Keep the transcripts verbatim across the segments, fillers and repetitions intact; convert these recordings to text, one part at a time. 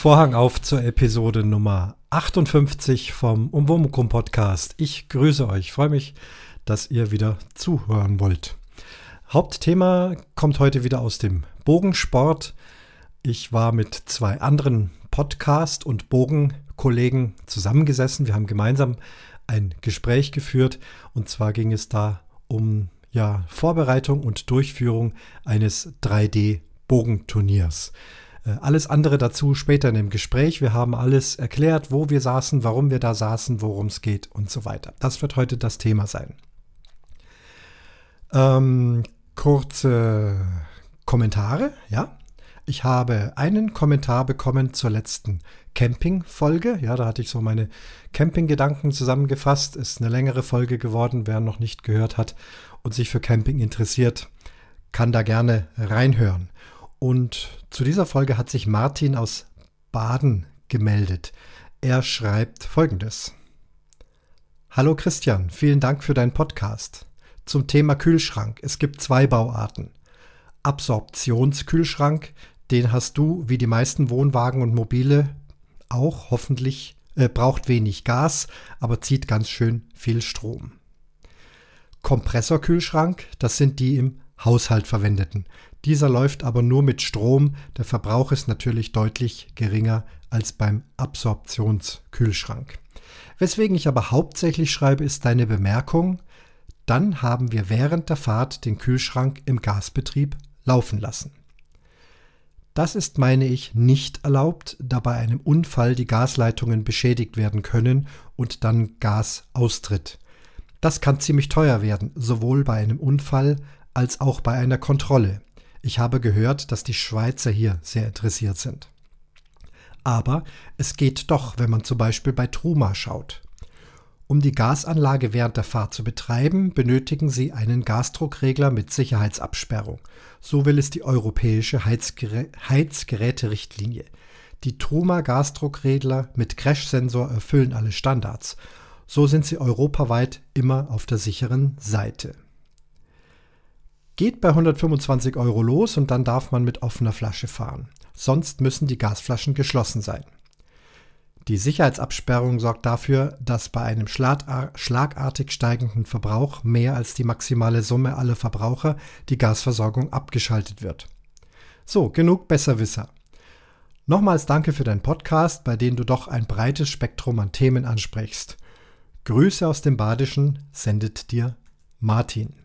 Vorhang auf zur Episode Nummer achtundfünfzig vom Umwomukum Podcast. Ich grüße euch, freue mich, dass ihr wieder zuhören wollt. Hauptthema kommt heute wieder aus dem Bogensport. Ich war mit zwei anderen Podcast- und Bogenkollegen zusammengesessen. Wir haben gemeinsam ein Gespräch geführt und zwar ging es da um ja, Vorbereitung und Durchführung eines drei D-Bogenturniers. Alles andere dazu später in dem Gespräch. Wir haben alles erklärt, wo wir saßen, warum wir da saßen, worum es geht und so weiter. Das wird heute das Thema sein. Ähm, kurze Kommentare, ja. Ich habe einen Kommentar bekommen zur letzten Camping-Folge. Ja, da hatte ich so meine Camping-Gedanken zusammengefasst. Ist eine längere Folge geworden. Wer noch nicht gehört hat und sich für Camping interessiert, kann da gerne reinhören. Und zu dieser Folge hat sich Martin aus Baden gemeldet. Er schreibt Folgendes. Hallo Christian, vielen Dank für deinen Podcast. Zum Thema Kühlschrank. Es gibt zwei Bauarten. Absorptionskühlschrank, den hast du, wie die meisten Wohnwagen und Mobile, auch hoffentlich, äh, braucht wenig Gas, aber zieht ganz schön viel Strom. Kompressorkühlschrank, das sind die im Haushalt verwendeten. Dieser läuft aber nur mit Strom. Der Verbrauch ist natürlich deutlich geringer als beim Absorptionskühlschrank. Weswegen ich aber hauptsächlich schreibe, ist deine Bemerkung, dann haben wir während der Fahrt den Kühlschrank im Gasbetrieb laufen lassen. Das ist, meine ich, nicht erlaubt, da bei einem Unfall die Gasleitungen beschädigt werden können und dann Gas austritt. Das kann ziemlich teuer werden, sowohl bei einem Unfall als auch bei einer Kontrolle. Ich habe gehört, dass die Schweizer hier sehr interessiert sind. Aber es geht doch, wenn man zum Beispiel bei Truma schaut. Um die Gasanlage während der Fahrt zu betreiben, benötigen Sie einen Gasdruckregler mit Sicherheitsabsperrung. So will es die europäische Heizgerä- Heizgeräterichtlinie. Die Truma Gasdruckregler mit Crash-Sensor erfüllen alle Standards. So sind sie europaweit immer auf der sicheren Seite. Geht bei hundertfünfundzwanzig Euro los und dann darf man mit offener Flasche fahren. Sonst müssen die Gasflaschen geschlossen sein. Die Sicherheitsabsperrung sorgt dafür, dass bei einem schlagartig steigenden Verbrauch mehr als die maximale Summe aller Verbraucher die Gasversorgung abgeschaltet wird. So, genug Besserwisser. Nochmals danke für deinen Podcast, bei dem du doch ein breites Spektrum an Themen ansprichst. Grüße aus dem Badischen sendet dir Martin.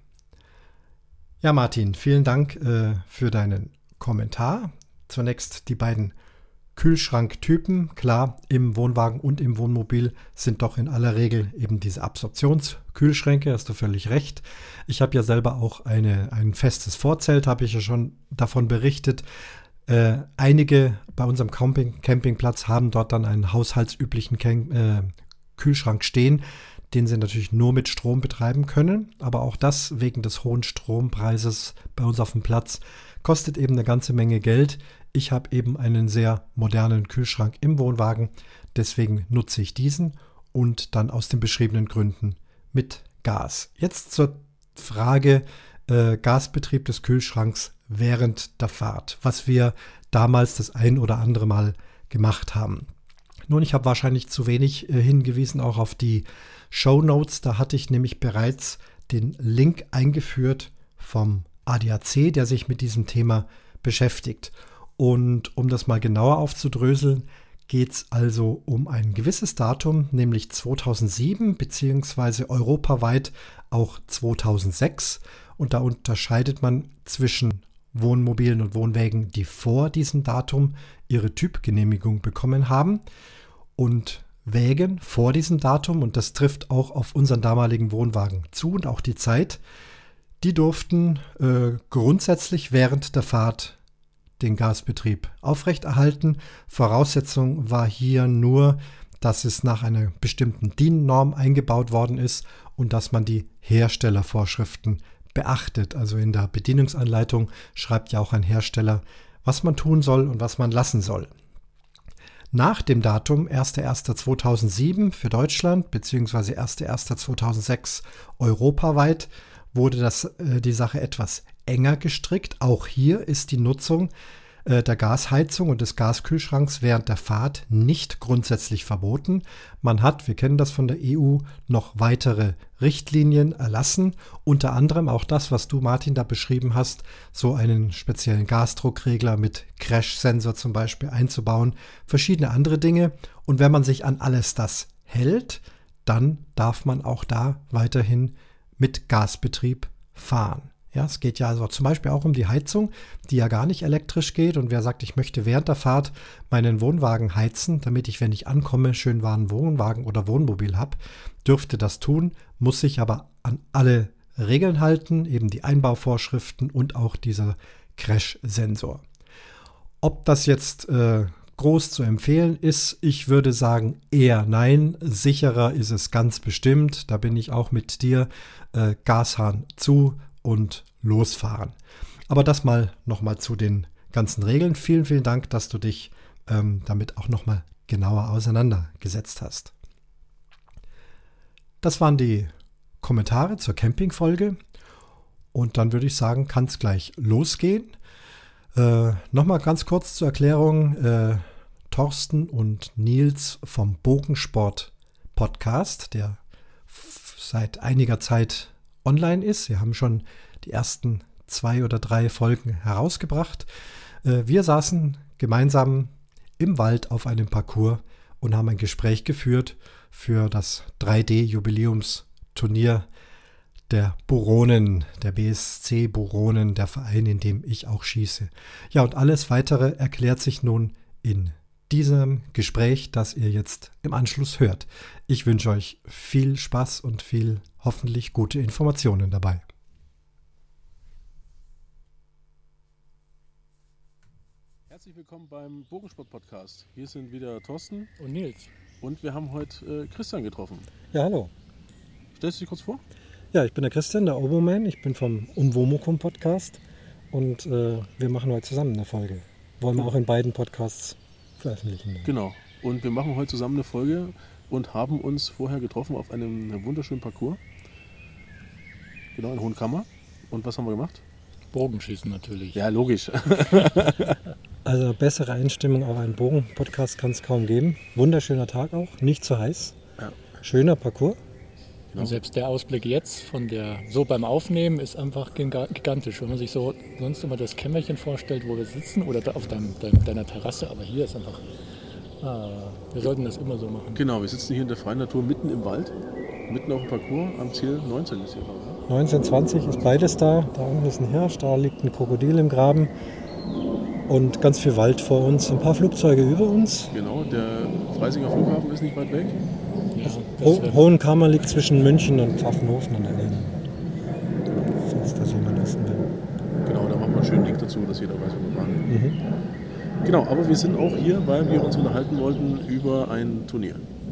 Ja, Martin, vielen Dank äh, für deinen Kommentar. Zunächst die beiden Kühlschranktypen. Klar, im Wohnwagen und im Wohnmobil sind doch in aller Regel eben diese Absorptionskühlschränke, hast du völlig recht. Ich habe ja selber auch eine, ein festes Vorzelt, habe ich ja schon davon berichtet. Äh, einige bei unserem Camping, Campingplatz haben dort dann einen haushaltsüblichen Ken- äh, Kühlschrank stehen, den sie natürlich nur mit Strom betreiben können. Aber auch das wegen des hohen Strompreises bei uns auf dem Platz kostet eben eine ganze Menge Geld. Ich habe eben einen sehr modernen Kühlschrank im Wohnwagen. Deswegen nutze ich diesen und dann aus den beschriebenen Gründen mit Gas. Jetzt zur Frage äh, Gasbetrieb des Kühlschranks während der Fahrt, was wir damals das ein oder andere Mal gemacht haben. Nun, ich habe wahrscheinlich zu wenig äh, hingewiesen, auch auf die Shownotes. Da hatte ich nämlich bereits den Link eingeführt vom A D A C, der sich mit diesem Thema beschäftigt. Und um das mal genauer aufzudröseln, geht es also um ein gewisses Datum, nämlich zweitausendsieben beziehungsweise europaweit auch zweitausendsechs. Und da unterscheidet man zwischen Wohnmobilen und Wohnwägen, die vor diesem Datum ihre Typgenehmigung bekommen haben, und Wägen vor diesem Datum, und das trifft auch auf unseren damaligen Wohnwagen zu und auch die Zeit, die durften äh, grundsätzlich während der Fahrt den Gasbetrieb aufrechterhalten. Voraussetzung war hier nur, dass es nach einer bestimmten D I N-Norm eingebaut worden ist und dass man die Herstellervorschriften beachtet. Also in der Bedienungsanleitung schreibt ja auch ein Hersteller, was man tun soll und was man lassen soll. Nach dem Datum erster erster zweitausendsieben für Deutschland bzw. erster erster zweitausendsechs europaweit wurde das, äh, die Sache etwas enger gestrickt. Auch hier ist die Nutzung äh, der Gasheizung und des Gaskühlschranks während der Fahrt nicht grundsätzlich verboten. Man hat, wir kennen das von der E U, noch weitere Richtlinien erlassen. Unter anderem auch das, was du, Martin, da beschrieben hast, so einen speziellen Gasdruckregler mit Crash-Sensor zum Beispiel einzubauen. Verschiedene andere Dinge. Und wenn man sich an alles das hält, dann darf man auch da weiterhin mit Gasbetrieb fahren. Ja, es geht ja also zum Beispiel auch um die Heizung, die ja gar nicht elektrisch geht. Und wer sagt, ich möchte während der Fahrt meinen Wohnwagen heizen, damit ich, wenn ich ankomme, schön warmen Wohnwagen oder Wohnmobil habe, dürfte das tun, muss sich aber an alle Regeln halten, eben die Einbauvorschriften und auch dieser Crash-Sensor. Ob das jetzt äh, groß zu empfehlen ist, ich würde sagen eher nein. Sicherer ist es ganz bestimmt. Da bin ich auch mit dir. Äh, Gashahn zu und losfahren. Aber das mal nochmal zu den ganzen Regeln. Vielen, vielen Dank, dass du dich ähm, damit auch nochmal genauer auseinandergesetzt hast. Das waren die Kommentare zur Campingfolge. Und dann würde ich sagen, kann es gleich losgehen. Äh, Nochmal ganz kurz zur Erklärung. Äh, Thorsten und Nils vom Bogensport Podcast, der f- seit einiger Zeit online ist. Sie haben schon die ersten zwei oder drei Folgen herausgebracht. Äh, wir saßen gemeinsam im Wald auf einem Parcours und haben ein Gespräch geführt für das drei D-Jubiläumsturnier der Buronen, der B S C Buronen, der Verein, in dem ich auch schieße. Ja, und alles Weitere erklärt sich nun in diesem Gespräch, das ihr jetzt im Anschluss hört. Ich wünsche euch viel Spaß und viel hoffentlich gute Informationen dabei. Herzlich willkommen beim Bogensport-Podcast. Hier sind wieder Thorsten und Nils. Und wir haben heute äh, Christian getroffen. Ja, hallo. Stellst du dich kurz vor? Ja, ich bin der Christian, der Oboman. Ich bin vom Umwomukum Podcast und äh, wir machen heute zusammen eine Folge. Wollen wir auch in beiden Podcasts veröffentlichen. Genau. Und wir machen heute zusammen eine Folge und haben uns vorher getroffen auf einem wunderschönen Parcours. Genau, in Hohenkammer. Und was haben wir gemacht? Bogenschießen natürlich. Ja, logisch. Also bessere Einstimmung auf einen Bogen-Podcast kann es kaum geben. Wunderschöner Tag auch, nicht zu heiß. Ja. Schöner Parcours. Genau. Und selbst der Ausblick jetzt von der, so beim Aufnehmen ist einfach gigantisch. Wenn man sich so sonst immer das Kämmerchen vorstellt, wo wir sitzen oder da auf deinem, dein, deiner Terrasse, aber hier ist einfach, ah, wir sollten das immer so machen. Genau, wir sitzen hier in der freien Natur mitten im Wald, mitten auf dem Parcours, am Ziel neunzehn ist hier. neunzehn, zwanzig ist beides da. Da unten ist ein Hirsch, da liegt ein Krokodil im Graben und ganz viel Wald vor uns. Ein paar Flugzeuge über uns. Genau, der Freisinger Flughafen ist nicht weit weg. Ja, Ho Hohenkammer liegt zwischen München und Pfaffenhofen an der Nähe. Falls das jemand wissen will. Genau, da machen wir einen schönen Link dazu, dass jeder weiß, wo wir waren. Mhm. Genau, aber wir sind auch hier, weil wir uns unterhalten wollten über ein Turnier.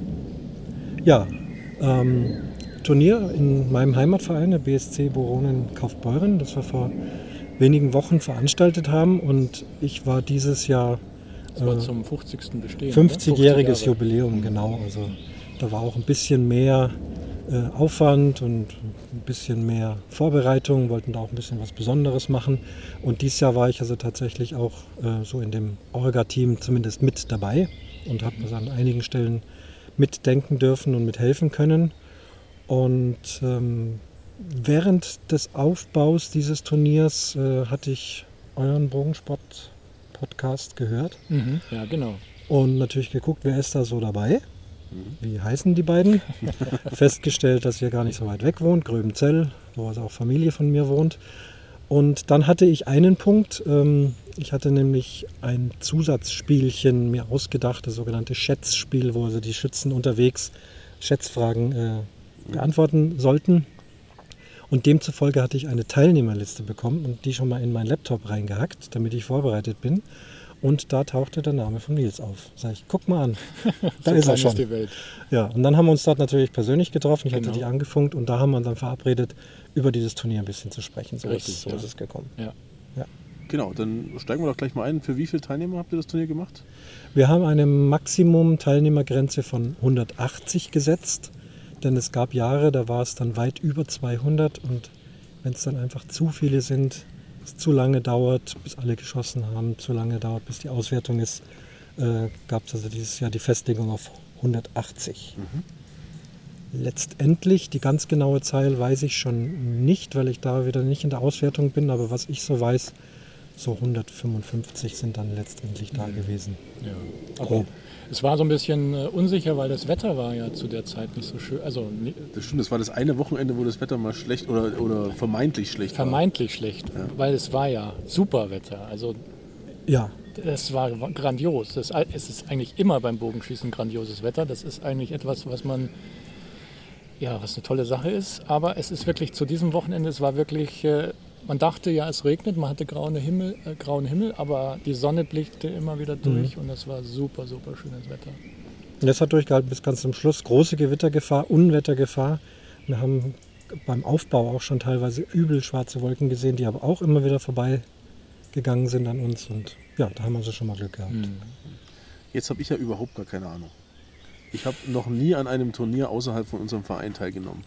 Ja, ähm, Turnier in meinem Heimatverein, der B S C Buronen Kaufbeuren, das wir vor wenigen Wochen veranstaltet haben. Und ich war dieses Jahr das war zum fünfzigsten Bestehen. fünfzigjähriges Jubiläum, genau. Also da war auch ein bisschen mehr äh, Aufwand und ein bisschen mehr Vorbereitung, wollten da auch ein bisschen was Besonderes machen. Und dieses Jahr war ich also tatsächlich auch äh, so in dem Orga-Team zumindest mit dabei und habe also an einigen Stellen mitdenken dürfen und mithelfen können. Und ähm, während des Aufbaus dieses Turniers äh, hatte ich euren Bogensport-Podcast gehört. Mhm. Ja, genau. Und natürlich geguckt, wer ist da so dabei. Wie heißen die beiden? Festgestellt, dass ihr gar nicht so weit weg wohnt, Gröbenzell, wo also auch Familie von mir wohnt. Und dann hatte ich einen Punkt. Ähm, ich hatte nämlich ein Zusatzspielchen mir ausgedacht, das sogenannte Schätzspiel, wo also die Schützen unterwegs Schätzfragen äh, beantworten sollten. Und demzufolge hatte ich eine Teilnehmerliste bekommen und die schon mal in meinen Laptop reingehackt, damit ich vorbereitet bin. Und da tauchte der Name von Nils auf. Sag ich, guck mal an, da so ist er schon. Die Welt. Ja, und dann haben wir uns dort natürlich persönlich getroffen. Ich Genau. hatte dich angefunkt und da haben wir uns dann verabredet, über dieses Turnier ein bisschen zu sprechen. So, Richtig, ist, so ja. ist es gekommen. Ja. Ja. Genau, dann steigen wir doch gleich mal ein. Für wie viele Teilnehmer habt ihr das Turnier gemacht? Wir haben eine Maximum-Teilnehmergrenze von hundertachtzig gesetzt, denn es gab Jahre, da war es dann weit über zweihundert und wenn es dann einfach zu viele sind, es zu lange dauert, bis alle geschossen haben, zu lange dauert, bis die Auswertung ist, äh, gab es also dieses Jahr die Festlegung auf hundertachtzig. Mhm. Letztendlich, die ganz genaue Zahl weiß ich schon nicht, weil ich da wieder nicht in der Auswertung bin, aber was ich so weiß, so hundertfünfundfünfzig sind dann letztendlich da gewesen. Ja, aber es war so ein bisschen äh, unsicher, weil das Wetter war ja zu der Zeit nicht so schön. Also, das stimmt, das war das eine Wochenende, wo das Wetter mal schlecht oder, oder vermeintlich schlecht vermeintlich war. schlecht, ja. weil es war ja super Wetter. Also ja. Es war grandios. Das, es ist eigentlich immer beim Bogenschießen grandioses Wetter. Das ist eigentlich etwas, was man, ja, was eine tolle Sache ist. Aber es ist wirklich zu diesem Wochenende, es war wirklich, äh, man dachte ja, es regnet, man hatte grauen Himmel, äh, grauen Himmel, aber die Sonne blickte immer wieder durch mhm. und es war super, super schönes Wetter. Und das hat durchgehalten bis ganz zum Schluss. Große Gewittergefahr, Unwettergefahr. Wir haben beim Aufbau auch schon teilweise übel schwarze Wolken gesehen, die aber auch immer wieder vorbeigegangen sind an uns. Und ja, da haben wir also schon mal Glück gehabt. Mhm. Jetzt habe ich ja überhaupt gar keine Ahnung. Ich habe noch nie an einem Turnier außerhalb von unserem Verein teilgenommen.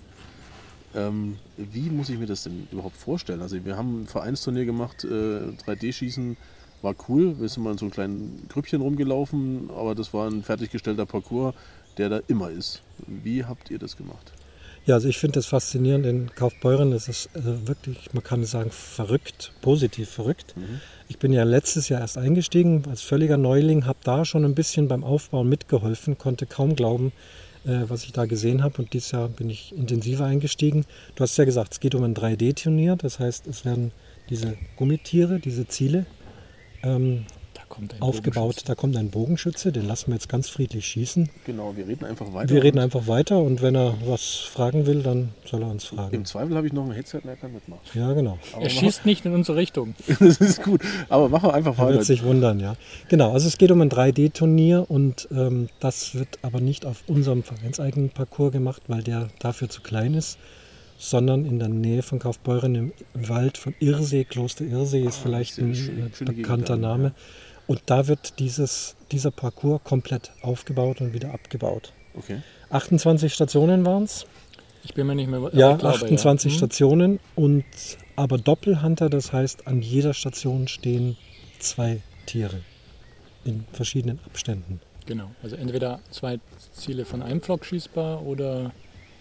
Ähm, wie muss ich mir das denn überhaupt vorstellen? Also wir haben ein Vereinsturnier gemacht, äh, drei D-Schießen, war cool. Wir sind mal in so einem kleinen Grüppchen rumgelaufen, aber das war ein fertiggestellter Parcours, der da immer ist. Wie habt ihr das gemacht? Ja, also ich finde das faszinierend. In Kaufbeuren ist es also wirklich, man kann sagen, verrückt, positiv verrückt. Mhm. Ich bin ja letztes Jahr erst eingestiegen als völliger Neuling, habe da schon ein bisschen beim Aufbauen mitgeholfen, konnte kaum glauben, äh, was ich da gesehen habe. Und dieses Jahr bin ich intensiver eingestiegen. Du hast ja gesagt, es geht um ein drei D-Turnier. Das heißt, es werden diese Gummitiere, diese Ziele ähm, aufgebaut. Da kommt ein Bogenschütze, den lassen wir jetzt ganz friedlich schießen. Genau, wir reden einfach weiter. Wir reden einfach weiter und wenn er was fragen will, dann soll er uns fragen. Im Zweifel habe ich noch ein Headset, der kann mitmachen. Ja, genau. Aber er schießt nicht in unsere Richtung. Das ist gut, aber machen wir einfach weiter. Er wird sich wundern, ja. Genau, also es geht um ein drei D-Turnier und ähm, das wird aber nicht auf unserem vereinseigenen Parcours gemacht, weil der dafür zu klein ist, sondern in der Nähe von Kaufbeuren im Wald von Irsee. Kloster Irsee ist ah, vielleicht ein schön, schön bekannter Gegend, Name. Ja. Und da wird dieses, dieser Parcours komplett aufgebaut und wieder abgebaut. Okay. achtundzwanzig Stationen waren es. Ich bin mir nicht mehr... Ja, glaube, achtundzwanzig ja. Stationen und aber Doppelhunter, das heißt, an jeder Station stehen zwei Tiere in verschiedenen Abständen. Genau, also entweder zwei Ziele von einem Pflock schießbar oder...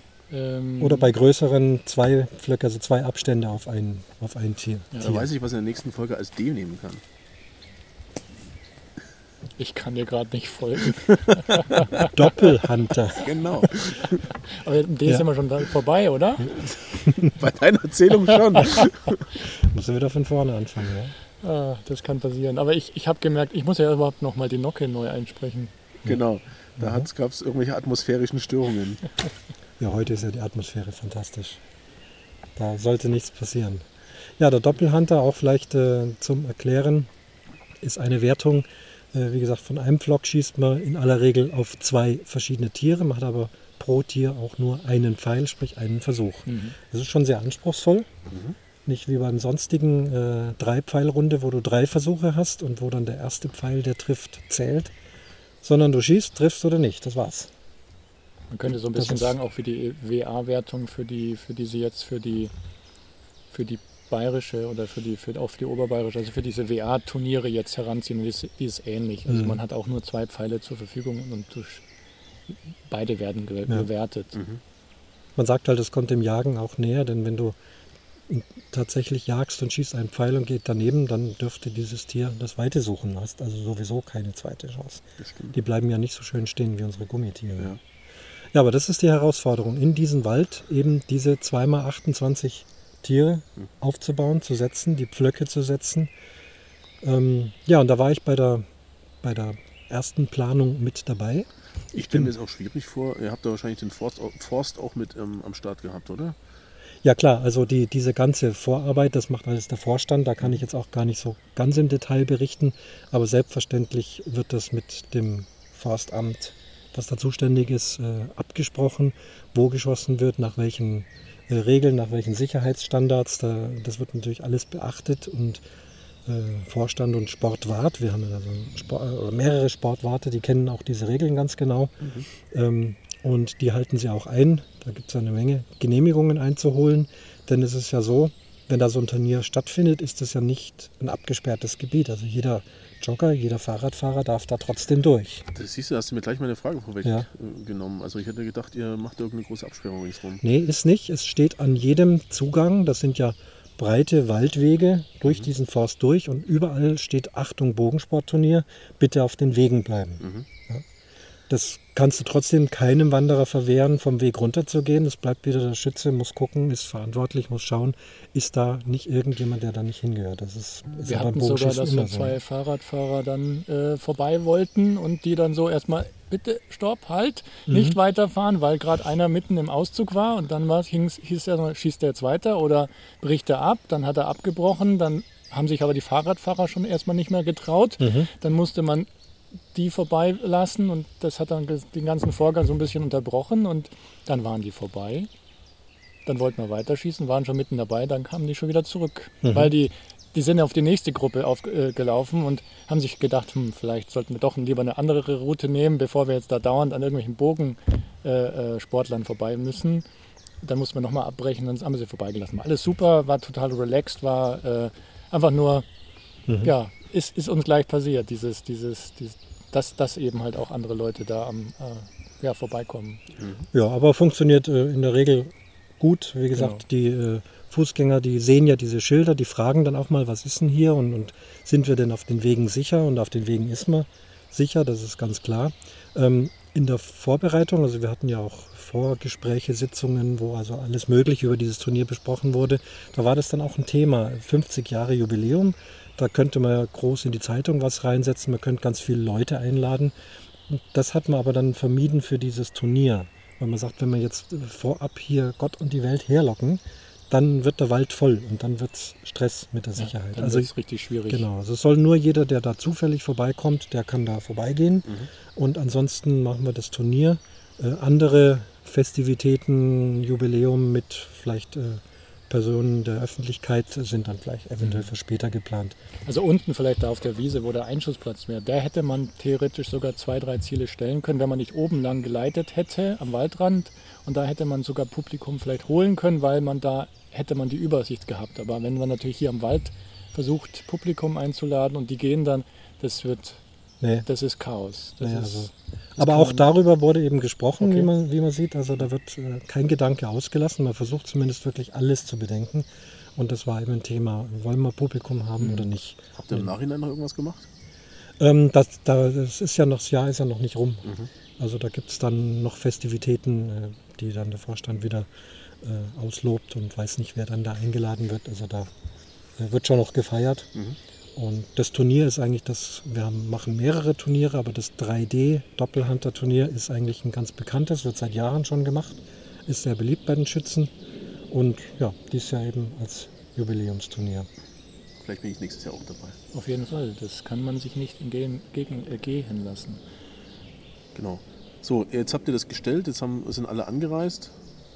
Ähm oder bei größeren zwei Pflöcke, also zwei Abstände auf ein, auf ein Tier. Ja, da weiß ich, was ich in der nächsten Folge als D nehmen kann. Ich kann dir gerade nicht folgen. Doppelhunter. Genau. Aber D ja. ist immer schon vorbei, oder? Bei deiner Erzählung schon. Musst du wieder von vorne anfangen, ja? Ah, das kann passieren. Aber ich, ich habe gemerkt, ich muss ja überhaupt noch mal die Nocke neu einsprechen. Genau. Da mhm. gab es irgendwelche atmosphärischen Störungen. Ja, heute ist ja die Atmosphäre fantastisch. Da sollte nichts passieren. Ja, der Doppelhunter, auch vielleicht äh, zum Erklären, ist eine Wertung. Wie gesagt, von einem Pflock schießt man in aller Regel auf zwei verschiedene Tiere, man hat aber pro Tier auch nur einen Pfeil, sprich einen Versuch. Mhm. Das ist schon sehr anspruchsvoll. Mhm. Nicht wie beim sonstigen äh, Drei-Pfeil-Runde, wo du drei Versuche hast und wo dann der erste Pfeil, der trifft, zählt. Sondern du schießt, triffst oder nicht, das war's. Man könnte so ein bisschen sagen, auch für die W A-Wertung, für die, für die sie jetzt für die, für die bayerische oder für die, für, auch für die oberbayerische, also für diese W A-Turniere jetzt heranziehen, die ist, die ist ähnlich. Also mhm. man hat auch nur zwei Pfeile zur Verfügung und durch, beide werden ge- ja. bewertet. Mhm. Man sagt halt, es kommt dem Jagen auch näher, denn wenn du tatsächlich jagst und schießt einen Pfeil und geht daneben, dann dürfte dieses Tier das Weite suchen. Du hast also sowieso keine zweite Chance. Die bleiben ja nicht so schön stehen wie unsere Gummitiere. Ja. ja, aber das ist die Herausforderung, in diesen Wald eben diese zwei mal achtundzwanzig Tiere aufzubauen, zu setzen, die Pflöcke zu setzen. Ähm, ja, und da war ich bei der, bei der ersten Planung mit dabei. Ich stelle mir das auch schwierig vor. Ihr habt da wahrscheinlich den Forst, Forst auch mit ähm, am Start gehabt, oder? Ja klar, also die, diese ganze Vorarbeit, das macht alles der Vorstand. Da kann ich jetzt auch gar nicht so ganz im Detail berichten. Aber selbstverständlich wird das mit dem Forstamt, das da zuständig ist, äh, abgesprochen, wo geschossen wird, nach welchen Regeln, nach welchen Sicherheitsstandards, da, das wird natürlich alles beachtet und äh, Vorstand und Sportwart, wir haben ja also Sport, mehrere Sportwarte, die kennen auch diese Regeln ganz genau mhm. ähm, und die halten sie auch ein. Da gibt es eine Menge Genehmigungen einzuholen, denn es ist ja so, wenn da so ein Turnier stattfindet, ist das ja nicht ein abgesperrtes Gebiet. Also jeder Jogger, jeder Fahrradfahrer darf da trotzdem durch. Das siehst du, hast du mir gleich meine Frage Ja. vorweggenommen. Also ich hätte gedacht, ihr macht irgendeine große Absperrung ringsrum. Nee, ist nicht. Es steht an jedem Zugang, das sind ja breite Waldwege durch diesen Forst durch und überall steht Achtung Bogensportturnier, bitte auf den Wegen bleiben. Mhm. Ja. Das kannst du trotzdem keinem Wanderer verwehren, vom Weg runterzugehen. Das bleibt wieder der Schütze, muss gucken, ist verantwortlich, muss schauen, ist da nicht irgendjemand, der da nicht hingehört. Das ist, ist Wir ja beim hatten sogar, Bogenschießen dass immer wir so. zwei Fahrradfahrer dann äh, vorbei wollten und die dann so erstmal, bitte, stopp, halt, nicht weiterfahren, weil gerade einer mitten im Auszug war und dann war, hieß, hieß er, schießt er jetzt weiter oder bricht er ab, dann hat er abgebrochen, dann haben sich aber die Fahrradfahrer schon erstmal nicht mehr getraut, Mhm. dann musste man die vorbeilassen und das hat dann den ganzen Vorgang so ein bisschen unterbrochen und dann waren die vorbei. Dann wollten wir weiterschießen, waren schon mitten dabei, dann kamen die schon wieder zurück. Mhm. Weil die, die sind auf die nächste Gruppe aufgelaufen äh, und haben sich gedacht, hm, vielleicht sollten wir doch lieber eine andere Route nehmen, bevor wir jetzt da dauernd an irgendwelchen Bogensportlern äh, äh, Sportlern vorbei müssen. Dann mussten wir nochmal abbrechen, dann haben wir sie vorbeigelassen. War alles super, war total relaxed, war äh, einfach nur, Mhm. ja, ist, ist uns gleich passiert, dieses, dieses, dieses, dass, dass eben halt auch andere Leute da am, äh, ja, vorbeikommen. Ja, aber funktioniert äh, in der Regel gut. Wie gesagt, Genau. die äh, Fußgänger, die sehen ja diese Schilder, die fragen dann auch mal, was ist denn hier und, und sind wir denn auf den Wegen sicher? Und auf den Wegen ist man sicher, das ist ganz klar. Ähm, in der Vorbereitung, also wir hatten ja auch Vorgespräche, Sitzungen, wo also alles Mögliche über dieses Turnier besprochen wurde, da war das dann auch ein Thema, fünfzig Jahre Jubiläum. Da könnte man ja groß in die Zeitung was reinsetzen, man könnte ganz viele Leute einladen. Und das hat man aber dann vermieden für dieses Turnier. Weil man sagt, wenn wir jetzt vorab hier Gott und die Welt herlocken, dann wird der Wald voll und dann wird es Stress mit der Sicherheit. Ja, dann also wird es richtig schwierig. genau, also es soll nur jeder, der da zufällig vorbeikommt, der kann da vorbeigehen. Und ansonsten machen wir das Turnier. Äh, andere Festivitäten, Jubiläum mit vielleicht äh, Personen der Öffentlichkeit sind dann vielleicht eventuell für später geplant. Also unten vielleicht da auf der Wiese, wo der Einschussplatz wäre, da hätte man theoretisch sogar zwei, drei Ziele stellen können, wenn man nicht oben lang geleitet hätte am Waldrand. Und da hätte man sogar Publikum vielleicht holen können, weil man da hätte man die Übersicht gehabt. Aber wenn man natürlich hier am Wald versucht, Publikum einzuladen und die gehen dann, das wird, Nee. das ist Chaos. Das Naja, ist, also. das Aber kann auch man- darüber wurde eben gesprochen, Okay. wie, man, wie man sieht. Also da wird äh, kein Gedanke ausgelassen. Man versucht zumindest wirklich alles zu bedenken. Und das war eben ein Thema, wollen wir Publikum haben oder nicht. Habt ihr im Nachhinein noch irgendwas gemacht? Ähm, das, da, das ist ja noch, das Jahr ist ja noch nicht rum. Also da gibt es dann noch Festivitäten, äh, die dann der Vorstand wieder äh, auslobt und weiß nicht, wer dann da eingeladen wird. Also da äh, wird schon noch gefeiert. Und das Turnier ist eigentlich das, wir haben, machen mehrere Turniere, aber das drei D-Doppelhunter-Turnier ist eigentlich ein ganz bekanntes, wird seit Jahren schon gemacht, ist sehr beliebt bei den Schützen und ja, dies Jahr eben als Jubiläumsturnier. Vielleicht bin ich nächstes Jahr auch dabei. auf jeden Fall, das kann man sich nicht entgehen, gegen, äh, gehen lassen. Genau. So, jetzt habt ihr das gestellt, jetzt haben, sind alle angereist.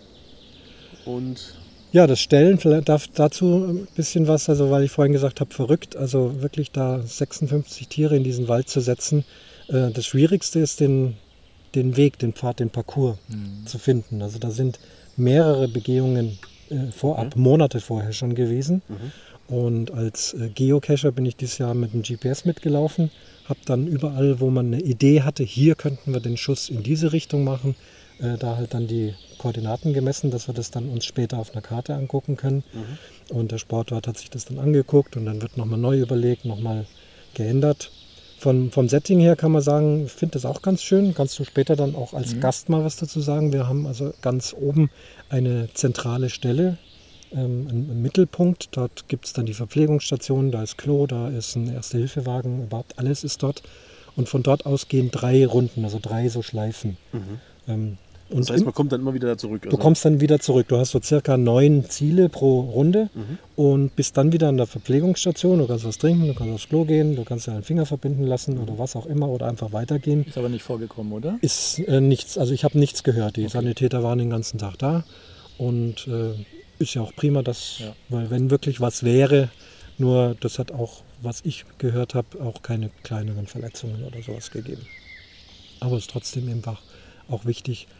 Und Ja, das Stellen, vielleicht darf dazu ein bisschen was, also weil ich vorhin gesagt habe, verrückt, also wirklich da sechsundfünfzig Tiere in diesen Wald zu setzen. Äh, das Schwierigste ist, den, den Weg, den Pfad, den Parcours zu finden. Also da sind mehrere Begehungen äh, vorab, Monate vorher schon gewesen. Und als äh, Geocacher bin ich dieses Jahr mit dem G P S mitgelaufen, habe dann überall, wo man eine Idee hatte, hier könnten wir den Schuss in diese Richtung machen, äh, da halt dann die Koordinaten gemessen, dass wir das dann uns später auf einer Karte angucken können. Und der Sportwart hat sich das dann angeguckt und dann wird nochmal neu überlegt, nochmal geändert. Von, vom Setting her kann man sagen, ich finde das auch ganz schön. Kannst du später dann auch als Gast mal was dazu sagen. Wir haben also ganz oben eine zentrale Stelle, ähm, einen, einen Mittelpunkt. Dort gibt es dann die Verpflegungsstation, da ist Klo, da ist ein Erste-Hilfe-Wagen, überhaupt alles ist dort. Und von dort aus gehen drei Runden, also drei so Schleifen. Ähm, und das heißt, im- man kommt dann immer wieder da zurück. Du kommst dann wieder zurück. Du hast so circa neun Ziele pro Runde und bist dann wieder an der Verpflegungsstation. Du kannst was trinken, du kannst aufs Klo gehen, du kannst dir einen Finger verbinden lassen oder was auch immer oder einfach weitergehen. Ist aber nicht vorgekommen, oder? Ist äh, nichts, also ich habe nichts gehört. Die Sanitäter waren den ganzen Tag da und äh, ist ja auch prima, dass, Ja. weil wenn wirklich was wäre, nur das hat auch, was ich gehört habe, auch keine kleineren Verletzungen oder sowas gegeben. Aber es ist trotzdem einfach auch wichtig,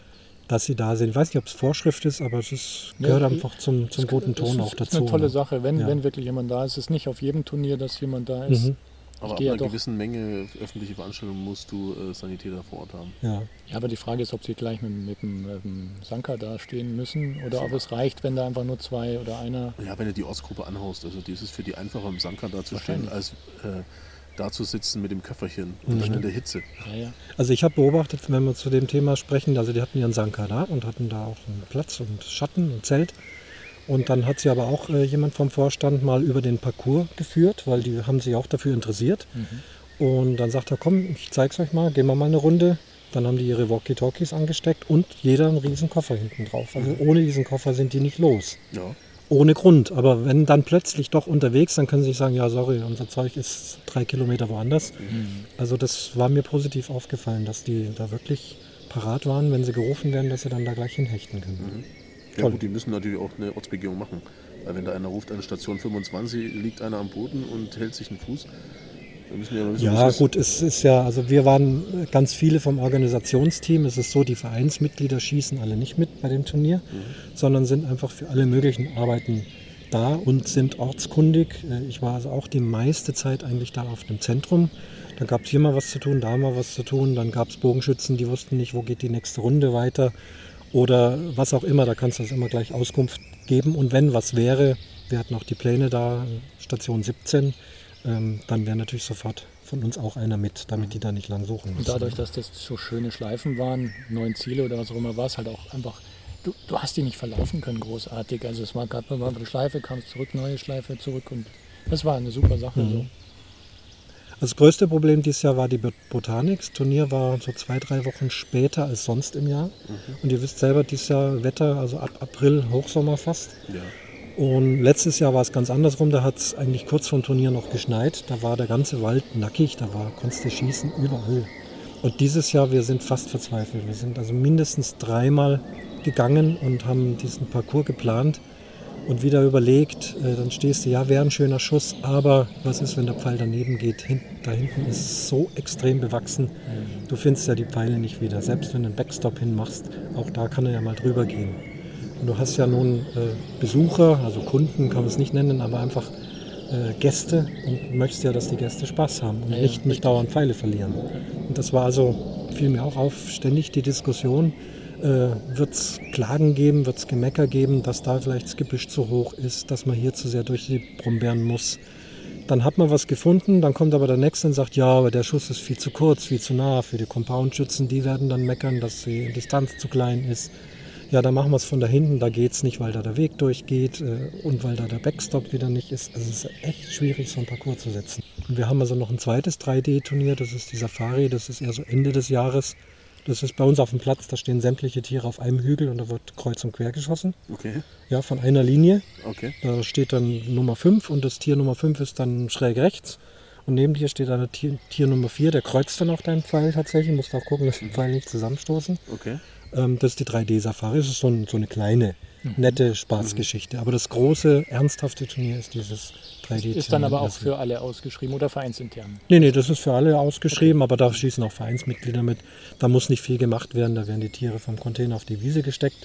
dass sie da sind. Ich weiß nicht, ob es Vorschrift ist, aber es ist, gehört ja, einfach zum, zum guten Ton auch dazu. Das ist eine tolle ne? Sache, wenn, ja. wenn wirklich jemand da ist. Es ist nicht auf jedem Turnier, dass jemand da ist. Mhm. Aber ab ja einer doch. gewissen Menge öffentliche Veranstaltungen musst du äh, Sanitäter vor Ort haben. Ja. Ja, aber die Frage ist, ob sie gleich mit, mit, dem, mit dem Sanka da stehen müssen oder so. Ob es reicht, wenn da einfach nur zwei oder einer... Ja, wenn du die Ortsgruppe anhaust, also das ist für die einfacher im Sanka da zu stehen, als äh, da zu sitzen mit dem Köfferchen und Mhm. dann in der Hitze. Ja, ja. Also ich habe beobachtet, wenn wir zu dem Thema sprechen, also die hatten ihren Sanka da und hatten da auch einen Platz und Schatten und Zelt. Und dann hat sie aber auch äh, jemand vom Vorstand mal über den Parcours geführt, weil die haben sich auch dafür interessiert. Mhm. Und dann sagt er, komm, ich zeig's euch mal, gehen wir mal eine Runde. Dann haben die ihre Walkie-Talkies angesteckt und jeder einen riesen Koffer hinten drauf. Also ohne diesen Koffer sind die nicht los. Ja. Ohne Grund. Aber wenn dann plötzlich doch unterwegs, dann können sie sich sagen, ja sorry, unser Zeug ist drei Kilometer woanders. Mhm. Also das war mir positiv aufgefallen, dass die da wirklich parat waren, wenn sie gerufen werden, dass sie dann da gleich hinhechten können. Mhm. Ja Toll. gut, die müssen natürlich auch eine Ortsbegehung machen. Weil wenn da einer ruft, an Station fünfundzwanzig liegt einer am Boden und hält sich einen Fuß, dann müssen wir ja wissen, Ja was ist. gut, es ist ja, also wir waren ganz viele vom Organisationsteam. Es ist so, die Vereinsmitglieder schießen alle nicht mit bei dem Turnier, mhm. sondern sind einfach für alle möglichen Arbeiten da und sind ortskundig. Ich war also auch die meiste Zeit eigentlich da auf dem Zentrum. Da gab es hier mal was zu tun, da mal was zu tun. Dann gab es Bogenschützen, die wussten nicht, wo geht die nächste Runde weiter. Oder was auch immer, da kannst du das immer gleich Auskunft geben. Und wenn was wäre, wir hatten auch die Pläne da, Station siebzehn, ähm, dann wäre natürlich sofort von uns auch einer mit, damit die da nicht lang suchen müssen. Und dadurch, dass das so schöne Schleifen waren, neun Ziele oder was auch immer, war es halt auch einfach, du, du hast die nicht verlaufen können großartig. Also es war gerade mal eine Schleife, kamst zurück, neue Schleife zurück und das war eine super Sache. Mhm. So. Also das größte Problem dieses Jahr war die Botanik. Das Turnier war so zwei, drei Wochen später als sonst im Jahr. Mhm. Und ihr wisst selber, dieses Jahr Wetter, also ab April, Hochsommer fast. Ja. Und letztes Jahr war es ganz andersrum. Da hat es eigentlich kurz vor dem Turnier noch geschneit. Da war der ganze Wald nackig, da war, konntest du schießen überall. Und dieses Jahr, wir sind fast verzweifelt. Wir sind also mindestens dreimal gegangen und haben diesen Parcours geplant. Und wieder überlegt, äh, dann stehst du, ja, wäre ein schöner Schuss, aber was ist, wenn der Pfeil daneben geht? Hin, da hinten ist es so extrem bewachsen, du findest ja die Pfeile nicht wieder. Selbst wenn du einen Backstop hinmachst, auch da kann er ja mal drüber gehen. Und du hast ja nun äh, Besucher, also Kunden kann man es nicht nennen, aber einfach äh, Gäste und möchtest ja, dass die Gäste Spaß haben und ja, nicht, nicht dauernd Pfeile verlieren. Und das war also, fiel mir auch auf, ständig die Diskussion, Äh, wird es Klagen geben, wird es Gemecker geben, dass da vielleicht das Gebüsch zu hoch ist, dass man hier zu sehr durch die Brombeeren muss. Dann hat man was gefunden, dann kommt aber der Nächste und sagt, ja, aber der Schuss ist viel zu kurz, viel zu nah für die Compound-Schützen, die werden dann meckern, dass die Distanz zu klein ist. Ja, dann machen wir es von da hinten, da geht es nicht, weil da der Weg durchgeht äh, und weil da der Backstop wieder nicht ist. Also es ist echt schwierig, so einen Parcours zu setzen. Und wir haben also noch ein zweites drei D-Turnier, das ist die Safari, das ist eher so Ende des Jahres. Das ist bei uns auf dem Platz, da stehen sämtliche Tiere auf einem Hügel und da wird kreuz und quer geschossen. Okay. Ja, von einer Linie. Okay. Da steht dann Nummer fünf und das Tier Nummer fünf ist dann schräg rechts. Und neben dir steht dann Tier, Tier Nummer vier, der kreuzt dann auch deinen Pfeil tatsächlich. Musst auch gucken, dass die Pfeile nicht zusammenstoßen. Okay. Ähm, das ist die drei D-Safari. Das ist so, ein, so eine kleine, nette Spaßgeschichte. Aber das große, ernsthafte Turnier ist dieses drei D-Turnier. Ist dann aber auch für alle ausgeschrieben oder vereinsintern? Nee, nee, das ist für alle ausgeschrieben, okay. Aber da schießen auch Vereinsmitglieder mit. Da muss nicht viel gemacht werden, da werden die Tiere vom Container auf die Wiese gesteckt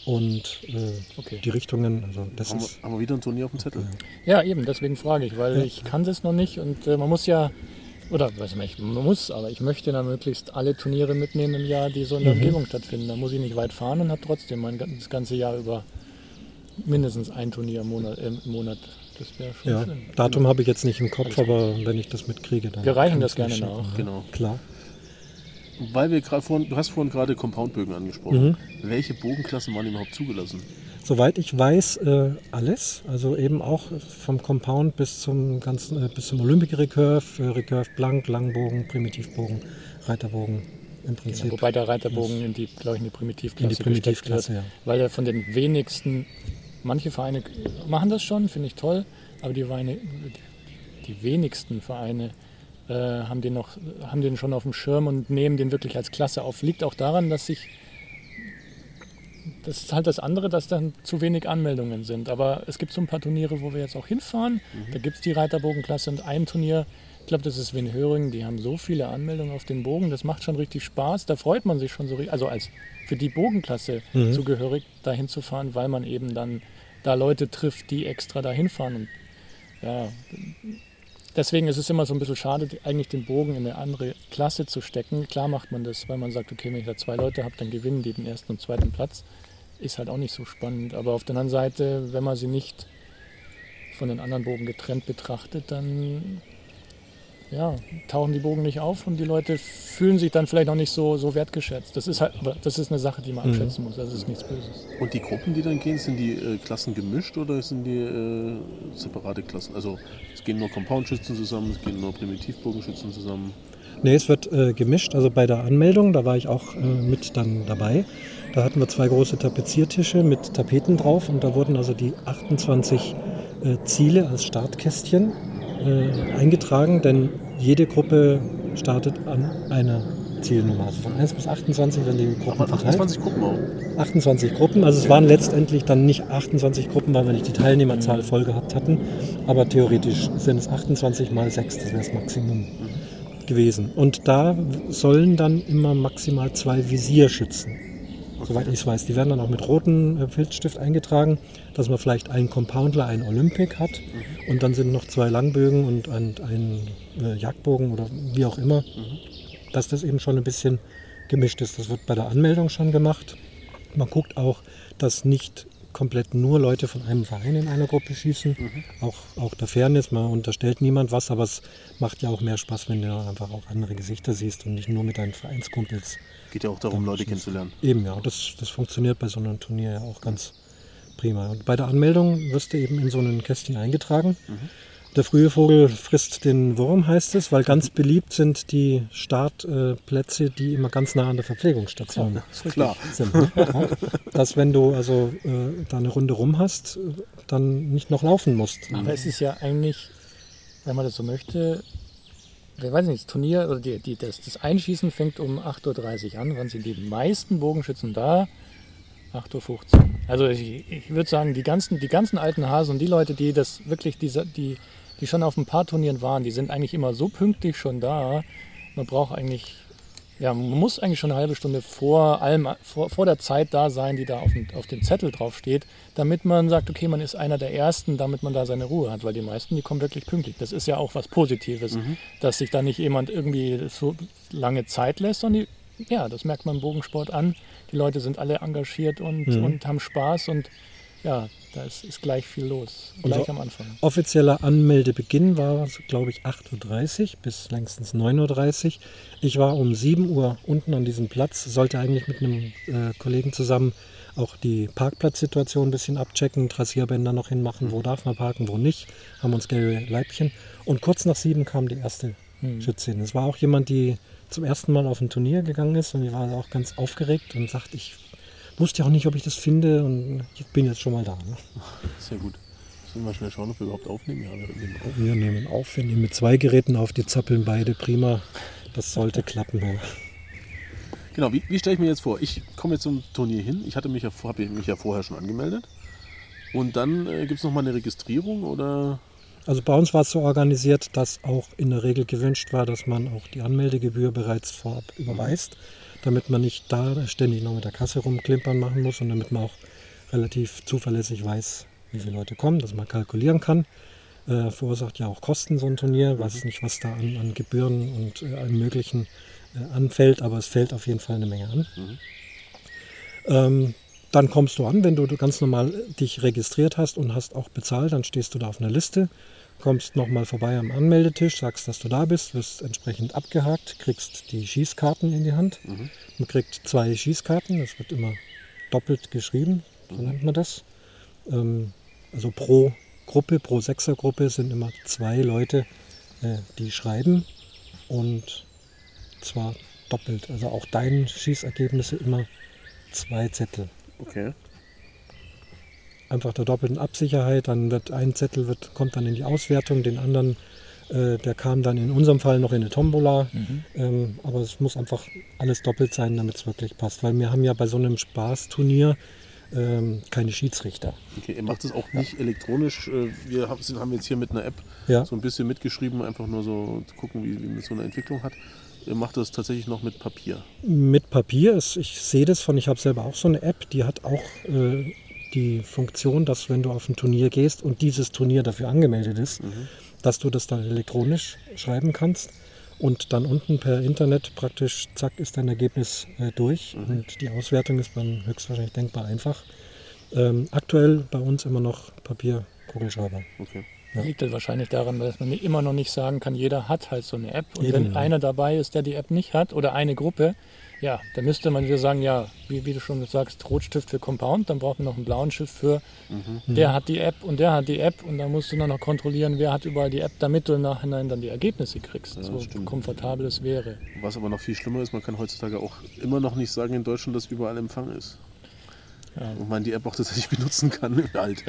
und äh, okay. die Richtungen, also das haben, ist... wir, haben wir wieder ein Turnier auf dem Zettel? Ja, eben, deswegen frage ich, weil ja. ich kann das noch nicht und äh, man muss ja, oder weiß nicht, man muss, aber ich möchte dann möglichst alle Turniere mitnehmen im Jahr, die so in der mhm. Umgebung stattfinden. Da muss ich nicht weit fahren und habe trotzdem mein, das ganze Jahr über mindestens ein Turnier im Monat. Äh, im Monat. Das wäre schon ja, schön. Datum habe ich jetzt nicht im Kopf, aber wenn ich das mitkriege, dann... Wir reichen das gerne nach. Genau. Klar. Weil wir gerade vorhin, du hast vorhin gerade Compoundbögen angesprochen. Mhm. Welche Bogenklassen waren überhaupt zugelassen? Soweit ich weiß, äh, alles. Also eben auch vom Compound bis zum ganzen, äh, bis zum Olympic Recurve, äh, Recurve Blank, Langbogen, Primitivbogen, Reiterbogen im Prinzip. Genau, wobei der Reiterbogen in die, glaube ich, in die Primitivklasse, in die Primitivklasse wird, ja. Weil er von den wenigsten, manche Vereine machen das schon, finde ich toll, aber die, Vereine, die wenigsten Vereine äh, haben, den noch, haben den schon auf dem Schirm und nehmen den wirklich als Klasse auf. Liegt auch daran, dass sich das ist halt das andere, dass dann zu wenig Anmeldungen sind. Aber es gibt so ein paar Turniere, wo wir jetzt auch hinfahren. Mhm. Da gibt es die Reiterbogenklasse und ein Turnier, glaube, das ist Winhöring, die haben so viele Anmeldungen auf den Bogen, das macht schon richtig Spaß, da freut man sich schon so richtig, also als für die Bogenklasse mhm. zugehörig, dahin zu fahren, weil man eben dann da Leute trifft, die extra dahin fahren. Und ja, deswegen ist es immer so ein bisschen schade, eigentlich den Bogen in eine andere Klasse zu stecken. Klar macht man das, weil man sagt, okay, wenn ich da zwei Leute habe, dann gewinnen die den ersten und zweiten Platz. Ist halt auch nicht so spannend. Aber auf der anderen Seite, wenn man sie nicht von den anderen Bogen getrennt betrachtet, dann ja, tauchen die Bogen nicht auf und die Leute fühlen sich dann vielleicht noch nicht so, so wertgeschätzt. Das ist halt, aber das ist eine Sache, die man abschätzen muss. Das ist nichts Böses. Und die Gruppen, die dann gehen, sind die äh, Klassen gemischt oder sind die äh, separate Klassen? Also es gehen nur Compound-Schützen zusammen, es gehen nur Primitivbogenschützen zusammen? Nee, es wird äh, gemischt. Also bei der Anmeldung, da war ich auch äh, mit dann dabei. Da hatten wir zwei große Tapeziertische mit Tapeten drauf und da wurden also die achtundzwanzig äh, Ziele als Startkästchen äh, eingetragen, denn jede Gruppe startet an einer Zielnummer. Also von eins bis achtundzwanzig werden die Gruppen verteilt. achtundzwanzig Gruppen auch? achtundzwanzig Gruppen, also es waren letztendlich dann nicht achtundzwanzig Gruppen, weil wir nicht die Teilnehmerzahl voll gehabt hatten, aber theoretisch sind es achtundzwanzig mal sechs, das wäre das Maximum mhm. gewesen. Und da sollen dann immer maximal zwei Visierschützen, soweit ich es weiß. Die werden dann auch mit rotem Filzstift eingetragen, dass man vielleicht einen Compoundler, einen Olympic hat mhm. und dann sind noch zwei Langbögen und ein, ein äh, Jagdbogen oder wie auch immer, mhm. dass das eben schon ein bisschen gemischt ist. Das wird bei der Anmeldung schon gemacht. Man guckt auch, dass nicht komplett nur Leute von einem Verein in einer Gruppe schießen. Mhm. Auch, auch der Fairness, man unterstellt niemand was, aber es macht ja auch mehr Spaß, wenn du einfach auch andere Gesichter siehst und nicht nur mit deinen Vereinskumpels. Geht ja auch darum, Leute kennenzulernen. Eben, ja. Das, das funktioniert bei so einem Turnier ja auch ganz prima. Und bei der Anmeldung wirst du eben in so ein Kästchen eingetragen. Mhm. Der frühe Vogel frisst den Wurm, heißt es, weil ganz beliebt sind die Startplätze, die immer ganz nah an der Verpflegungsstation ja, klar. sind. Ne? Ja, dass wenn du also äh, da eine Runde rum hast, dann nicht noch laufen musst. Aber es ist ja eigentlich, wenn man das so möchte, ich weiß nicht, das Turnier oder die, die, das, das Einschießen fängt um acht Uhr dreißig an. Wann sind die meisten Bogenschützen da? acht Uhr fünfzehn. Also ich, ich würde sagen, die ganzen, die ganzen alten Hasen und die Leute, die das wirklich, die, die, die schon auf ein paar Turnieren waren, die sind eigentlich immer so pünktlich schon da. Man braucht eigentlich, ja, man muss eigentlich schon eine halbe Stunde vor allem, vor, vor der Zeit da sein, die da auf dem, auf dem Zettel drauf steht, damit man sagt, okay, man ist einer der Ersten, damit man da seine Ruhe hat, weil die meisten, die kommen wirklich pünktlich. Das ist ja auch was Positives, mhm. dass sich da nicht jemand irgendwie so lange Zeit lässt, sondern die, ja, das merkt man im Bogensport an. Die Leute sind alle engagiert und, mhm. und haben Spaß und ja, da ist, ist gleich viel los, gleich Unser am Anfang. Offizieller Anmeldebeginn war, glaube ich, acht Uhr dreißig bis längstens neun Uhr dreißig. Ich war um sieben Uhr unten an diesem Platz, sollte eigentlich mit einem äh, Kollegen zusammen auch die Parkplatzsituation ein bisschen abchecken, Trassierbänder noch hinmachen, wo darf man parken, wo nicht, haben uns gelbe Leibchen. Und kurz nach sieben kam die erste mhm. Schützin. Es war auch jemand, die zum ersten Mal auf ein Turnier gegangen ist und die war auch ganz aufgeregt und sagt, ich wusste ja auch nicht, ob ich das finde und ich bin jetzt schon mal da. Ne? Sehr gut. Sollen wir mal schnell schauen, ob wir überhaupt aufnehmen? Ja, wir nehmen auf. Wir nehmen auf, wir nehmen mit zwei Geräten auf, die zappeln beide prima. Das sollte klappen. Ja. Genau, wie, wie stelle ich mir jetzt vor? Ich komme jetzt zum Turnier hin, ich hatte mich ja, habe mich ja vorher schon angemeldet und dann äh, gibt es nochmal eine Registrierung oder... Also bei uns war es so organisiert, dass auch in der Regel gewünscht war, dass man auch die Anmeldegebühr bereits vorab überweist, damit man nicht da ständig noch mit der Kasse rumklimpern machen muss und damit man auch relativ zuverlässig weiß, wie viele Leute kommen, dass man kalkulieren kann. Äh, verursacht ja auch Kosten so ein Turnier, weiß nicht, was da an, an Gebühren und äh, allem Möglichen äh, anfällt, aber es fällt auf jeden Fall eine Menge an. Mhm. Ähm, Dann kommst du an, wenn du ganz normal dich registriert hast und hast auch bezahlt, dann stehst du da auf einer Liste, kommst nochmal vorbei am Anmeldetisch, sagst, dass du da bist, wirst entsprechend abgehakt, kriegst die Schießkarten in die Hand. Mhm. Man kriegt zwei Schießkarten, das wird immer doppelt geschrieben, so mhm. nennt man das. Ähm, also pro Gruppe, pro Sechsergruppe sind immer zwei Leute, äh, die schreiben und zwar doppelt. Also auch deine Schießergebnisse immer zwei Zettel. Okay. Einfach der doppelten Absicherheit, dann wird ein Zettel wird, kommt dann in die Auswertung, den anderen, äh, der kam dann in unserem Fall noch in eine Tombola. Mhm. Ähm, aber es muss einfach alles doppelt sein, damit es wirklich passt. Weil wir haben ja bei so einem Spaßturnier ähm, keine Schiedsrichter. Okay, ihr macht es auch nicht ja. elektronisch. Wir haben jetzt hier mit einer App ja. so ein bisschen mitgeschrieben, einfach nur so zu gucken, wie, wie man so eine Entwicklung hat. Ihr macht das tatsächlich noch mit Papier? Mit Papier. Ist, ich sehe das von, ich habe selber auch so eine App, die hat auch äh, die Funktion, dass wenn du auf ein Turnier gehst und dieses Turnier dafür angemeldet ist, mhm. dass du das dann elektronisch schreiben kannst. Und dann unten per Internet praktisch, zack, ist dein Ergebnis äh, durch. Mhm. Und die Auswertung ist dann höchstwahrscheinlich denkbar einfach. Ähm, aktuell bei uns immer noch Papier-Kugelschreiber. Okay. Ja. Liegt das wahrscheinlich daran, dass man immer noch nicht sagen kann, jeder hat halt so eine App. Und Eben, wenn ja. einer dabei ist, der die App nicht hat oder eine Gruppe, ja, dann müsste man wieder sagen, ja, wie, wie du schon sagst, Rotstift für Compound, dann braucht man noch einen blauen Stift für, mhm. der hat die App und der hat die App und dann musst du dann noch kontrollieren, wer hat überall die App, damit du im Nachhinein dann die Ergebnisse kriegst, ja, so stimmt. komfortabel es wäre. Was aber noch viel schlimmer ist, man kann heutzutage auch immer noch nicht sagen in Deutschland, dass überall Empfang ist. Ja. Und man die App auch tatsächlich benutzen kann, halt.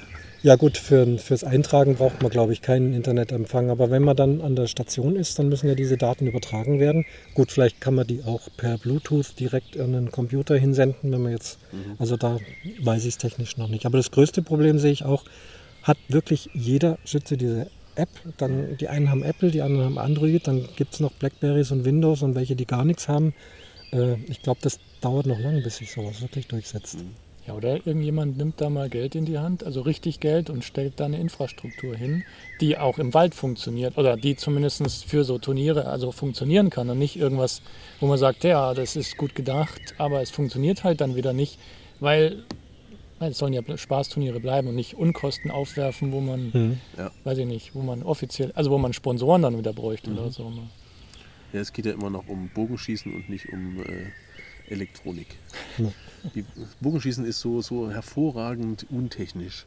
Ja gut, für, fürs Eintragen braucht man, glaube ich, keinen Internetempfang. Aber wenn man dann an der Station ist, dann müssen ja diese Daten übertragen werden. Gut, vielleicht kann man die auch per Bluetooth direkt an den Computer hinsenden, wenn man jetzt, mhm. also da weiß ich es technisch noch nicht. Aber das größte Problem sehe ich auch, hat wirklich jeder Schütze diese App. Dann, die einen haben Apple, die anderen haben Android, dann gibt es noch Blackberries und Windows und welche, die gar nichts haben. Äh, ich glaube, das dauert noch lange, bis sich sowas wirklich durchsetzt. Mhm. Ja, oder irgendjemand nimmt da mal Geld in die Hand, also richtig Geld und stellt da eine Infrastruktur hin, die auch im Wald funktioniert oder die zumindest für so Turniere also funktionieren kann und nicht irgendwas, wo man sagt, ja, das ist gut gedacht, aber es funktioniert halt dann wieder nicht, weil es sollen ja Spaßturniere bleiben und nicht Unkosten aufwerfen, wo man, mhm. ja. weiß ich nicht, wo man offiziell, also wo man Sponsoren dann wieder bräuchte mhm. oder so. Ja, es geht ja immer noch um Bogenschießen und nicht um äh Elektronik. Ja. Die Bogenschießen ist so, so hervorragend untechnisch.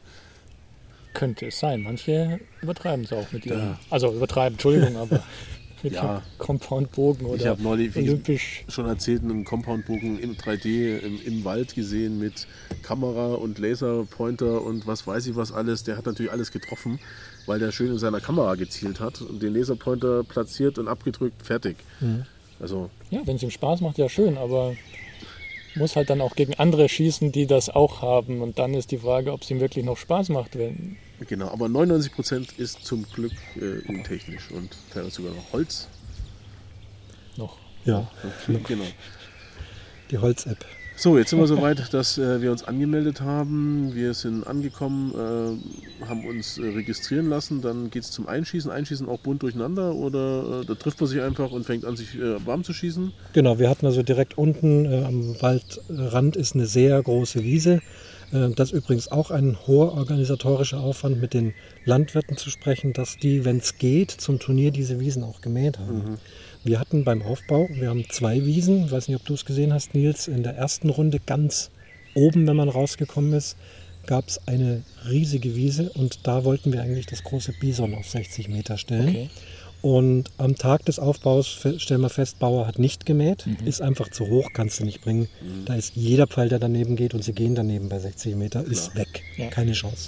Könnte es sein. Manche übertreiben es auch mit ihrem, also übertreiben, Entschuldigung, aber mit ja. Compound-Bogen oder ich habe neulich olympisch. schon erzählt, einen Compound-Bogen in drei D im, im Wald gesehen mit Kamera und Laserpointer und was weiß ich was alles. Der hat natürlich alles getroffen, weil der schön in seiner Kamera gezielt hat und den Laserpointer platziert und abgedrückt, fertig. Mhm. Also ja, wenn es ihm Spaß macht, ja schön, aber muss halt dann auch gegen andere schießen, die das auch haben. Und dann ist die Frage, ob es ihm wirklich noch Spaß macht. Wenn genau, aber neunundneunzig Prozent ist zum Glück äh, untechnisch und teilweise sogar noch Holz. Noch. Ja, okay, genau. Die Holz-App. So, jetzt sind wir soweit, dass äh, wir uns angemeldet haben. Wir sind angekommen, äh, haben uns äh, registrieren lassen. Dann geht es zum Einschießen. Einschießen auch bunt durcheinander oder äh, da trifft man sich einfach und fängt an, sich äh, warm zu schießen? Genau, wir hatten also direkt unten äh, am Waldrand ist eine sehr große Wiese. Äh, das ist übrigens auch ein hoher organisatorischer Aufwand, mit den Landwirten zu sprechen, dass die, wenn es geht, zum Turnier diese Wiesen auch gemäht haben. Mhm. Wir hatten beim Aufbau, wir haben zwei Wiesen, ich weiß nicht, ob du es gesehen hast, Nils, in der ersten Runde ganz oben, wenn man rausgekommen ist, gab es eine riesige Wiese und da wollten wir eigentlich das große Bison auf sechzig Meter stellen. Okay. Und am Tag des Aufbaus stellen wir fest, Bauer hat nicht gemäht, mhm. ist einfach zu hoch, kannst du nicht bringen. Mhm. Da ist jeder Pfeil, der daneben geht und sie gehen daneben bei sechzig Meter, ist Klar. weg, ja. keine Chance.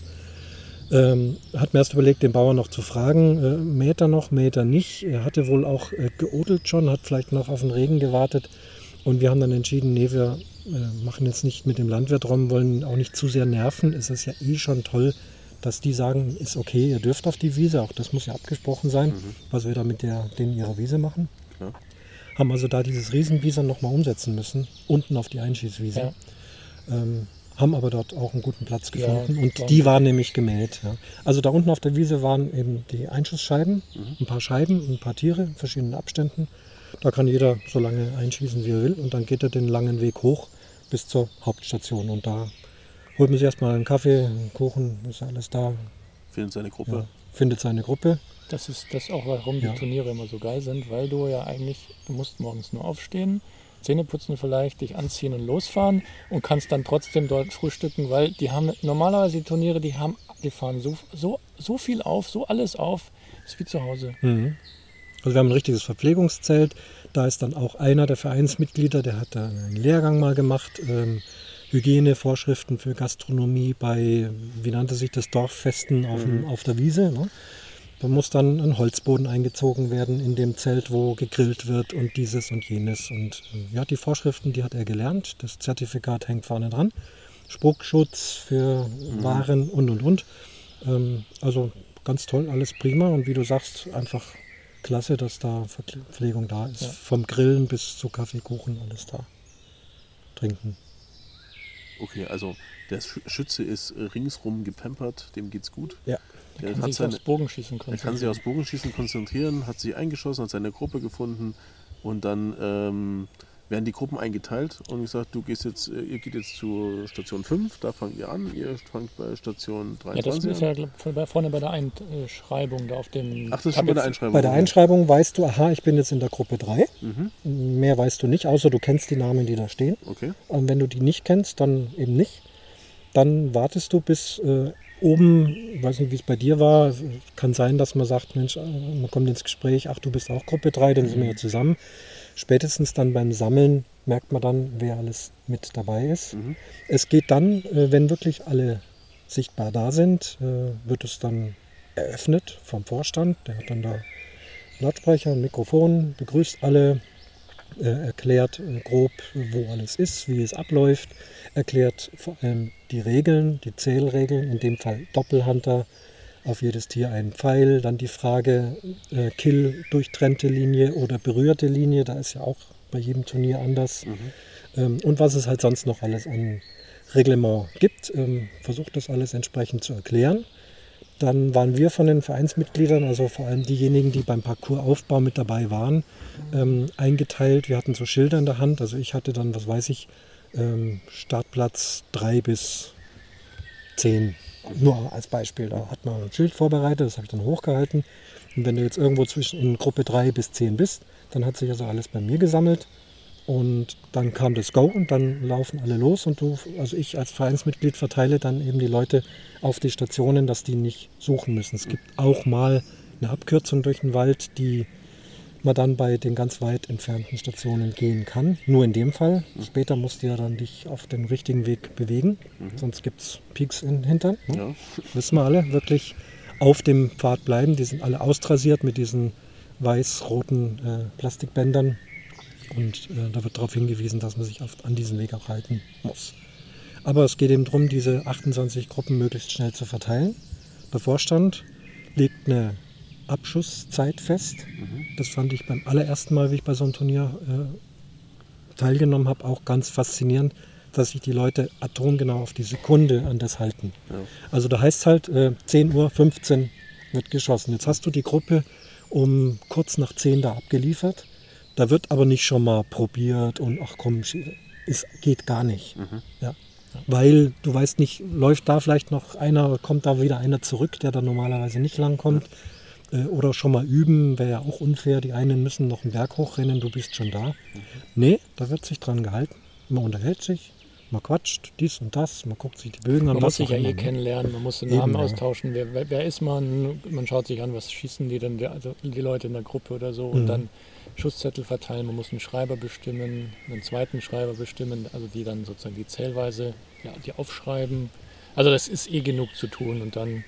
Ähm, hat mir erst überlegt, den Bauer noch zu fragen, äh, mäht er noch, mäht er nicht. Er hatte wohl auch äh, geodelt schon, hat vielleicht noch auf den Regen gewartet. Und wir haben dann entschieden, nee, wir äh, machen jetzt nicht mit dem Landwirt rum, wollen auch nicht zu sehr nerven. Es ist ja eh schon toll, dass die sagen, ist okay, ihr dürft auf die Wiese, auch das muss ja abgesprochen sein, mhm. was wir da mit der, denen ihrer Wiese machen. Ja. Haben also da dieses Riesenbison nochmal umsetzen müssen, unten auf die Einschießwiese. Ja. Ähm, haben aber dort auch einen guten Platz gefunden ja, und die waren nämlich gemäht. Ja. Also da unten auf der Wiese waren eben die Einschussscheiben, mhm. ein paar Scheiben, ein paar Tiere in verschiedenen Abständen. Da kann jeder so lange einschießen, wie er will und dann geht er den langen Weg hoch bis zur Hauptstation und da holt man sich erstmal einen Kaffee, einen Kuchen, ist alles da. Findet seine Gruppe. Ja, findet seine Gruppe. Das ist das auch, warum ja. die Turniere immer so geil sind, weil du ja eigentlich, du musst morgens nur aufstehen, Zähne putzen vielleicht, dich anziehen und losfahren und kannst dann trotzdem dort frühstücken, weil die haben normalerweise die Turniere, die haben, die fahren so, so, so viel auf, so alles auf, ist wie zu Hause. Mhm. Also wir haben ein richtiges Verpflegungszelt, da ist dann auch einer der Vereinsmitglieder, der hat da einen Lehrgang mal gemacht, ähm, Hygienevorschriften für Gastronomie bei, wie nannte sich das, Dorffesten auf, mhm. dem, auf der Wiese, ne? Da muss dann ein Holzboden eingezogen werden in dem Zelt, wo gegrillt wird und dieses und jenes. Und ja, die Vorschriften, die hat er gelernt. Das Zertifikat hängt vorne dran. Spuckschutz für mhm. Waren und und und. Ähm, also ganz toll, alles prima und wie du sagst, einfach klasse, dass da Verpflegung da ist. Ja. Vom Grillen bis zu Kaffee, Kuchen, alles da. Trinken. Okay, also der Schütze ist ringsrum gepampert, dem geht's gut. Ja. Der kann, hat sich seine, aufs Bogenschießen konzentrieren. Er kann sich aufs Bogenschießen konzentrieren, hat sich eingeschossen, hat seine Gruppe gefunden und dann ähm, werden die Gruppen eingeteilt und gesagt, du gehst jetzt, ihr geht jetzt zur Station fünf, da fangt ihr an, ihr fangt bei Station dreiundzwanzig an. Ja, das ist ja vorne bei der Einschreibung da auf dem... Ach, das ist schon bei der Einschreibung. Bei der Einschreibung weißt du, aha, ich bin jetzt in der Gruppe drei. Mhm. Mehr weißt du nicht, außer du kennst die Namen, die da stehen. Okay. Und wenn du die nicht kennst, dann eben nicht. Dann wartest du bis äh, oben, ich weiß nicht, wie es bei dir war, kann sein, dass man sagt, Mensch, man kommt ins Gespräch, ach, du bist auch Gruppe drei, dann mhm. sind wir ja zusammen. Spätestens dann beim Sammeln merkt man dann, wer alles mit dabei ist. Mhm. Es geht dann, wenn wirklich alle sichtbar da sind, wird es dann eröffnet vom Vorstand. Der hat dann da Lautsprecher, ein Mikrofon, begrüßt alle, erklärt grob, wo alles ist, wie es abläuft, erklärt vor allem die Regeln, die Zählregeln, in dem Fall Doppelhunter, auf jedes Tier einen Pfeil, dann die Frage äh, Kill durch trennte Linie oder berührte Linie, da ist ja auch bei jedem Turnier anders. Mhm. Ähm, und was es halt sonst noch alles an Reglement gibt, ähm, versucht das alles entsprechend zu erklären. Dann waren wir von den Vereinsmitgliedern, also vor allem diejenigen, die beim Parcoursaufbau mit dabei waren, ähm, eingeteilt. Wir hatten so Schilder in der Hand, also ich hatte dann, was weiß ich, ähm, Startplatz drei bis zehn. Nur als Beispiel, da hat man ein Schild vorbereitet, das habe ich dann hochgehalten. Und wenn du jetzt irgendwo zwischen in Gruppe drei bis zehn bist, dann hat sich also alles bei mir gesammelt. Und dann kam das Go und dann laufen alle los. Und du, also ich als Vereinsmitglied verteile dann eben die Leute auf die Stationen, dass die nicht suchen müssen. Es gibt auch mal eine Abkürzung durch den Wald, die man dann bei den ganz weit entfernten Stationen gehen kann. Nur in dem Fall. Später musst du ja dann dich auf den richtigen Weg bewegen. Mhm. Sonst gibt es Peaks in den Hintern. Ne? Ja. Wissen wir alle. Wirklich auf dem Pfad bleiben. Die sind alle austrasiert mit diesen weiß-roten äh, Plastikbändern. Und äh, da wird darauf hingewiesen, dass man sich oft an diesen Weg auch halten muss. Aber es geht eben darum, diese achtundzwanzig Gruppen möglichst schnell zu verteilen. Der Vorstand legt eine Abschusszeit fest. Mhm. Das fand ich beim allerersten Mal, wie ich bei so einem Turnier äh, teilgenommen habe, auch ganz faszinierend, dass sich die Leute atomgenau auf die Sekunde an das halten. Ja. Also da heißt es halt, äh, zehn Uhr fünfzehn wird geschossen. Jetzt hast du die Gruppe um kurz nach zehn da abgeliefert. Da wird aber nicht schon mal probiert und ach komm, es geht gar nicht. Mhm. Ja. Weil du weißt nicht, läuft da vielleicht noch einer, kommt da wieder einer zurück, der da normalerweise nicht langkommt. Ja. Oder schon mal üben, wäre ja auch unfair. Die einen müssen noch einen Berg hochrennen, du bist schon da. Mhm. Nee, da wird sich dran gehalten. Man unterhält sich, man quatscht dies und das, man guckt sich die Bögen an. Man muss sich ja eh kennenlernen, man muss den Namen Eben, austauschen. Wer, wer, wer ist man? Man schaut sich an, was schießen die denn, also die Leute in der Gruppe oder so. Und mhm. dann Schusszettel verteilen, man muss einen Schreiber bestimmen, einen zweiten Schreiber bestimmen, also die dann sozusagen die Zählweise, ja, die aufschreiben. Also das ist eh genug zu tun und dann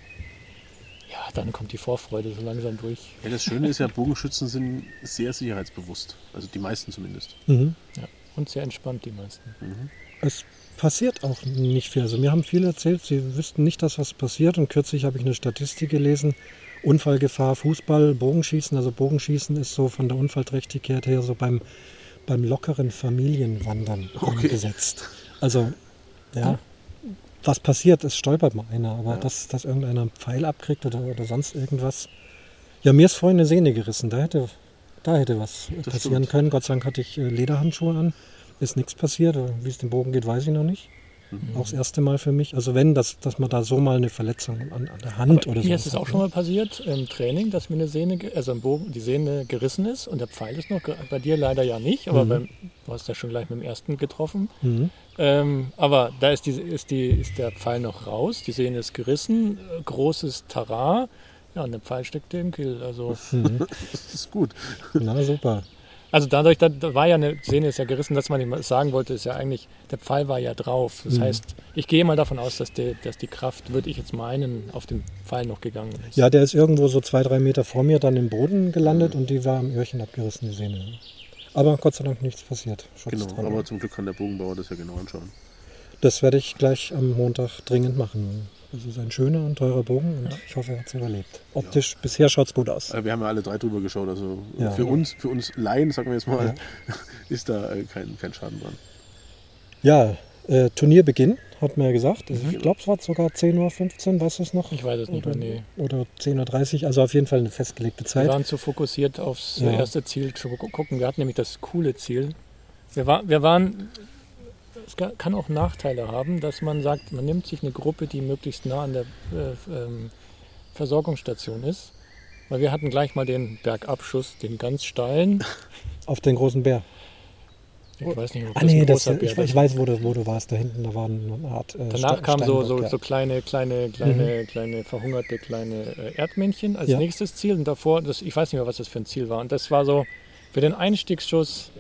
Ja, dann kommt die Vorfreude so langsam durch. Ja, das Schöne ist ja, Bogenschützen sind sehr sicherheitsbewusst. Also die meisten zumindest. Mhm. Ja, und sehr entspannt, die meisten. Mhm. Es passiert auch nicht viel. Also mir haben viele erzählt, sie wüssten nicht, dass was passiert. Und kürzlich habe ich eine Statistik gelesen. Unfallgefahr, Fußball, Bogenschießen. Also Bogenschießen ist so von der Unfallträchtigkeit her so beim, beim lockeren Familienwandern okay. gesetzt. Also, ja. ja. Was passiert, es stolpert mal einer, aber ja. dass, dass irgendeiner einen Pfeil abkriegt oder, oder sonst irgendwas. Ja, mir ist vorhin eine Sehne gerissen, da hätte, da hätte was das passieren stimmt. können. Gott sei Dank hatte ich Lederhandschuhe an, ist nichts passiert. Wie es dem Bogen geht, weiß ich noch nicht. Mhm. Auch das erste Mal für mich. Also wenn, dass, dass man da so mal eine Verletzung an, an der Hand aber oder so. Mir ist es auch schon mal passiert im Training, dass mir eine Sehne, also im Bogen, die Sehne gerissen ist und der Pfeil ist noch, bei dir leider ja nicht, aber mhm. beim, du hast ja schon gleich mit dem ersten getroffen. Mhm. Ähm, aber da ist, die, ist, die, ist der Pfeil noch raus, die Sehne ist gerissen, großes Terrain, ja, und der Pfeil steckt im Kill. Also mhm. Das ist gut. Na super. Also dadurch, da war ja eine Sehne ist ja gerissen, dass man ihm sagen wollte, ist ja eigentlich, der Pfeil war ja drauf. Das mhm. heißt, ich gehe mal davon aus, dass die, dass die Kraft, würde ich jetzt meinen, auf den Pfeil noch gegangen ist. Ja, der ist irgendwo so zwei, drei Meter vor mir dann im Boden gelandet mhm. und die war am Öhrchen abgerissen, die Sehne. Aber Gott sei Dank nichts passiert. Schutz genau, dran. Aber zum Glück kann der Bogenbauer das ja genau anschauen. Das werde ich gleich am Montag dringend machen. Das ist ein schöner und teurer Bogen und ja. ich hoffe, er hat es überlebt. Optisch, ja. bisher schaut es gut aus. Wir haben ja alle drei drüber geschaut. Also ja. für uns, für uns Laien, sagen wir jetzt mal, ja. ist da kein, kein Schaden dran. Ja, äh, Turnierbeginn, hat man ja gesagt. Also ich glaube, es war sogar zehn Uhr fünfzehn, weißt du es noch? Ich weiß es nicht oder, mehr, nee. Oder zehn Uhr dreißig, also auf jeden Fall eine festgelegte Zeit. Wir waren zu fokussiert aufs ja. erste Ziel zu gucken. Wir hatten nämlich das coole Ziel. Wir, war, wir waren... Es kann auch Nachteile haben, dass man sagt, man nimmt sich eine Gruppe, die möglichst nah an der äh, ähm, Versorgungsstation ist. Weil wir hatten gleich mal den Bergabschuss, den ganz steilen. Auf den großen Bär. Ich weiß nicht, ob ah, das nee, ein großer das, Bär ich, ich weiß, wo du, wo du warst. Da hinten, da war eine Art äh, Danach kamen so, so, ja. so kleine, kleine, kleine, mhm. kleine, verhungerte kleine äh, Erdmännchen als ja. nächstes Ziel. Und davor, das, ich weiß nicht mehr, was das für ein Ziel war. Und das war so für den Einstiegsschuss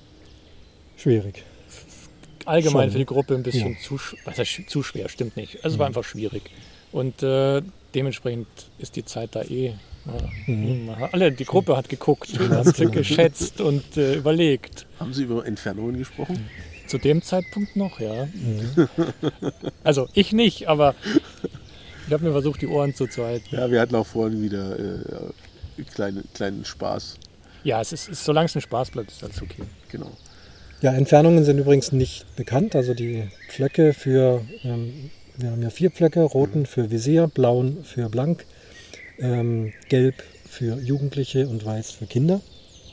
schwierig. Allgemein Schon. Für die Gruppe ein bisschen ja. zu, was heißt, zu schwer, stimmt nicht. Also es war einfach schwierig. Und äh, dementsprechend ist die Zeit da eh. Ja, mhm. Alle, die Gruppe hat geguckt, hat geschätzt und äh, überlegt. Haben Sie über Entfernungen gesprochen? Zu dem Zeitpunkt noch, ja. Mhm. Also ich nicht, aber ich habe mir versucht, die Ohren zuzuhalten. Ja, wir hatten auch vorhin wieder äh, kleine, kleinen Spaß. Ja, es ist, ist, solange es ein Spaß bleibt, ist alles okay. Genau. Ja, Entfernungen sind übrigens nicht bekannt. Also die Pflöcke für, ähm, wir haben ja vier Pflöcke, roten für Visier, blauen für blank, ähm, gelb für Jugendliche und weiß für Kinder.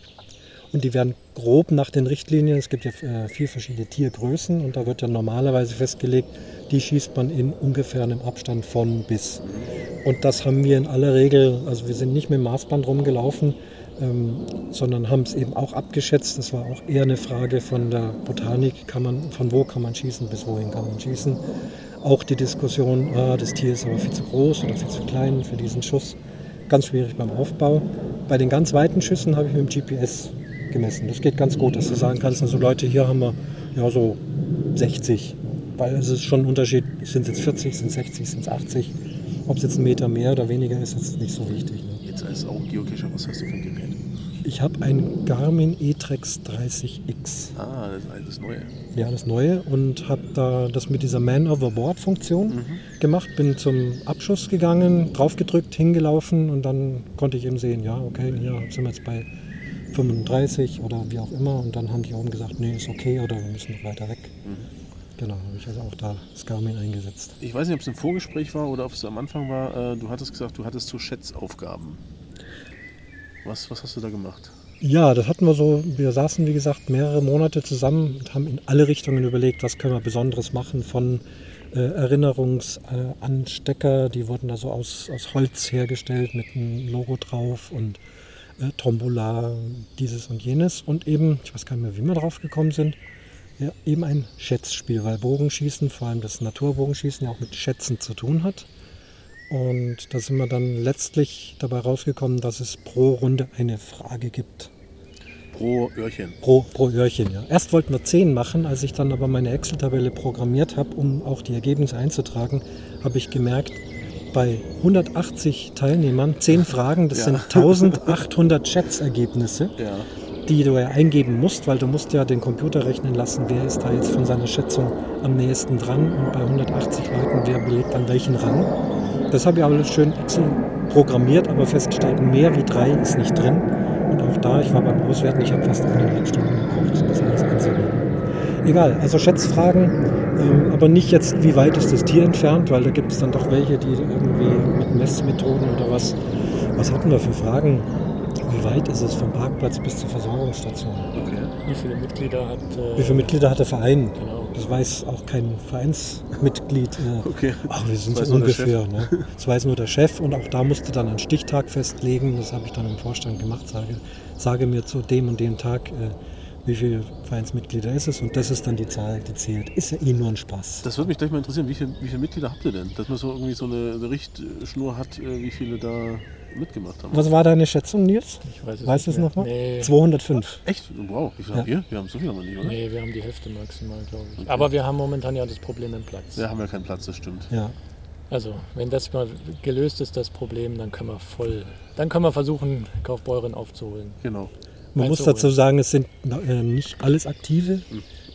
Und die werden grob nach den Richtlinien, es gibt ja äh, vier verschiedene Tiergrößen und da wird ja normalerweise festgelegt, die schießt man in ungefähr einem Abstand von bis. Und das haben wir in aller Regel, also wir sind nicht mit dem Maßband rumgelaufen, Ähm, sondern haben es eben auch abgeschätzt. Das war auch eher eine Frage von der Botanik, kann man, von wo kann man schießen, bis wohin kann man schießen. Auch die Diskussion, ah, das Tier ist aber viel zu groß oder viel zu klein für diesen Schuss. Ganz schwierig beim Aufbau. Bei den ganz weiten Schüssen habe ich mit dem G P S gemessen. Das geht ganz gut, dass du sagen kannst, also Leute, hier haben wir ja so sechzig. Weil es ist schon ein Unterschied, sind es jetzt vierzig, sind es sechzig, sind es achtzig. Ob es jetzt ein Meter mehr oder weniger ist, ist nicht so wichtig. Ne? Jetzt als auch Geocacher, was hast du für ein Gerät? Ich habe ein Garmin E-Trex dreißig X. Ah, das ist das Neue. Ja, das Neue. Und habe da das mit dieser Man-Overboard-Funktion mhm. gemacht. Bin zum Abschuss gegangen, draufgedrückt, hingelaufen und dann konnte ich eben sehen, ja, okay, hier sind wir jetzt bei fünfunddreißig oder wie auch immer. Und dann haben die oben gesagt, nee, ist okay oder wir müssen noch weiter weg. Mhm. Genau, habe ich also auch da das Garmin eingesetzt. Ich weiß nicht, ob es im Vorgespräch war oder ob es am Anfang war. Du hattest gesagt, du hattest so Schätzaufgaben. Was, was hast du da gemacht? Ja, das hatten wir so, wir saßen wie gesagt mehrere Monate zusammen und haben in alle Richtungen überlegt, was können wir Besonderes machen von äh, Erinnerungsanstecker, äh, die wurden da so aus, aus Holz hergestellt mit einem Logo drauf und äh, Tombola, dieses und jenes und eben, ich weiß gar nicht mehr, wie wir drauf gekommen sind, ja, eben ein Schätzspiel, weil Bogenschießen, vor allem das Naturbogenschießen, ja auch mit Schätzen zu tun hat. Und da sind wir dann letztlich dabei rausgekommen, dass es pro Runde eine Frage gibt. Pro Öhrchen? Pro, pro Öhrchen, ja. Erst wollten wir zehn machen, als ich dann aber meine Excel-Tabelle programmiert habe, um auch die Ergebnisse einzutragen, habe ich gemerkt, bei hundertachtzig Teilnehmern, zehn Fragen, das ja. sind eintausendachthundert Schätzergebnisse. Ja. Die du ja eingeben musst, weil du musst ja den Computer rechnen lassen, wer ist da jetzt von seiner Schätzung am nächsten dran und bei hundertachtzig Leuten, wer belegt dann welchen Rang. Das habe ich alles schön Excel programmiert, aber festgestellt, mehr wie drei ist nicht drin. Und auch da, ich war beim Auswerten, ich habe fast eineinhalb Stunden gebraucht, um das alles einzugeben. Egal, also Schätzfragen, ähm, aber nicht jetzt, wie weit ist das Tier entfernt, weil da gibt es dann doch welche, die irgendwie mit Messmethoden oder was, was hatten wir für Fragen? Wie weit ist es vom Parkplatz bis zur Versorgungsstation? Okay. Wie viele Mitglieder hat... Äh, Wie viele Mitglieder hat der Verein? Genau. Das weiß auch kein Vereinsmitglied. Äh, okay. Ach, wir sind so ungefähr. Ne? Das weiß nur der Chef und auch da musste dann einen Stichtag festlegen. Das habe ich dann im Vorstand gemacht. Sage, sage mir zu dem und dem Tag, äh, wie viele Vereinsmitglieder ist es und das ist dann die Zahl, die zählt. Ist ja eh nur ein Spaß. Das würde mich gleich mal interessieren. Wie, viel, wie viele Mitglieder habt ihr denn? Dass man so irgendwie so eine, eine Richtschnur hat, äh, wie viele da mitgemacht haben. Was war deine Schätzung, Nils? Ich weiß es weißt du es noch mal? Nee. zweihundertfünf. Echt? Wow, wie viel ja. haben wir? Wir haben so viel aber nicht, oder? Nee, wir haben die Hälfte maximal, glaube ich. Okay. Aber wir haben momentan ja das Problem im Platz. Wir haben ja keinen Platz, das stimmt. Ja. Also, wenn das mal gelöst ist, das Problem, dann können wir voll, dann können wir versuchen, Kaufbeuren aufzuholen. Genau. Man muss dazu sagen, es sind äh, nicht alles Aktive,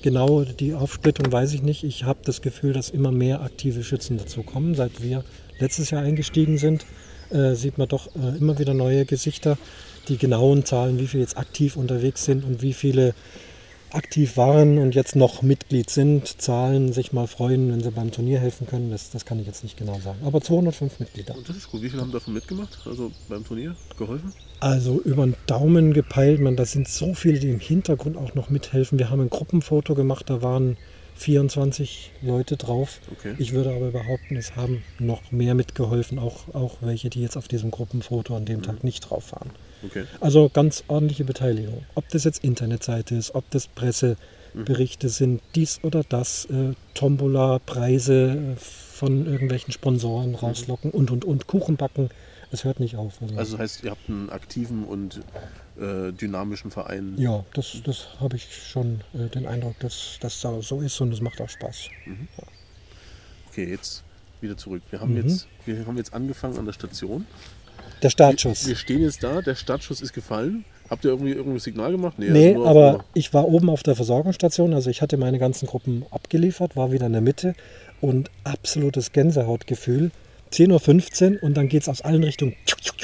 genau die Aufsplittung weiß ich nicht. Ich habe das Gefühl, dass immer mehr aktive Schützen dazu kommen. Seit wir letztes Jahr eingestiegen sind, äh, sieht man doch äh, immer wieder neue Gesichter. Die genauen Zahlen, wie viele jetzt aktiv unterwegs sind und wie viele aktiv waren und jetzt noch Mitglied sind, Zahlen, sich mal freuen, wenn sie beim Turnier helfen können, das, das kann ich jetzt nicht genau sagen. Aber zweihundertfünf Mitglieder. Und das ist gut. Wie viele haben davon mitgemacht? Also beim Turnier geholfen? Also über den Daumen gepeilt, man, da sind so viele, die im Hintergrund auch noch mithelfen. Wir haben ein Gruppenfoto gemacht, da waren vierundzwanzig Leute drauf. Okay. Ich würde aber behaupten, es haben noch mehr mitgeholfen, auch, auch welche, die jetzt auf diesem Gruppenfoto an dem mhm. Tag nicht drauf waren. Okay. Also ganz ordentliche Beteiligung. Ob das jetzt Internetseite ist, ob das Presseberichte mhm. sind, dies oder das, äh, Tombola, Preise äh, von irgendwelchen Sponsoren rauslocken mhm. und, und, und Kuchen backen. Es hört nicht auf. Also, also das heißt, ihr habt einen aktiven und äh, dynamischen Verein. Ja, das, das habe ich schon äh, den Eindruck, dass das so ist und es macht auch Spaß. Mhm. Ja. Okay, jetzt wieder zurück. Wir haben, mhm. jetzt, wir haben jetzt angefangen an der Station. Der Startschuss. Wir, wir stehen jetzt da, der Startschuss ist gefallen. Habt ihr irgendwie irgendwie Signal gemacht? Nee, nee also aber auf, ich war oben auf der Versorgungsstation, also ich hatte meine ganzen Gruppen abgeliefert, war wieder in der Mitte und absolutes Gänsehautgefühl. zehn Uhr fünfzehn und dann geht es aus allen Richtungen.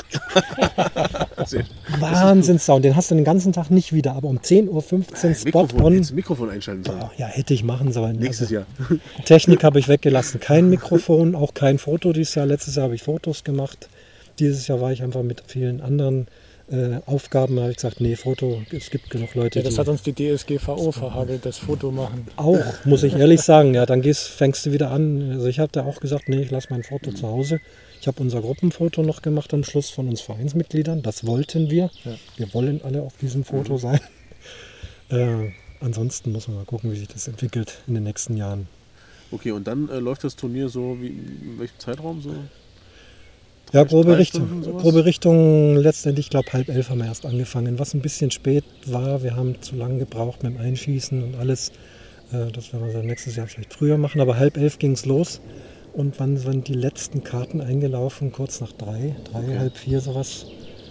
Wahnsinnssound, den hast du den ganzen Tag nicht wieder, aber um zehn Uhr fünfzehn Spot on. Hättest du Mikrofon einschalten sollen. Oh, ja, hätte ich machen sollen. Nächstes also, Jahr. Technik habe ich weggelassen, kein Mikrofon, auch kein Foto dieses Jahr. Letztes Jahr habe ich Fotos gemacht. Dieses Jahr war ich einfach mit vielen anderen äh, Aufgaben, da habe ich gesagt, nee, Foto, es gibt genug Leute. Ja, das hat uns die D S G V O verhagelt, das Foto machen. Auch, muss ich ehrlich sagen, ja, dann gehst, fängst du wieder an. Also ich habe da auch gesagt, nee, ich lasse mein Foto mhm. zu Hause. Ich habe unser Gruppenfoto noch gemacht am Schluss von uns Vereinsmitgliedern, das wollten wir. Ja. Wir wollen alle auf diesem Foto mhm. sein. Äh, ansonsten muss man mal gucken, wie sich das entwickelt in den nächsten Jahren. Okay, und dann äh, läuft das Turnier so, wie, in welchem Zeitraum so? Ja, grobe Richtung, grobe Richtung, letztendlich, ich glaube, halb elf haben wir erst angefangen. Was ein bisschen spät war, wir haben zu lange gebraucht mit dem Einschießen und alles. Äh, das werden wir dann nächstes Jahr vielleicht früher machen, aber halb elf ging es los. Und wann sind die letzten Karten eingelaufen? Kurz nach drei, drei, okay. halb vier, sowas.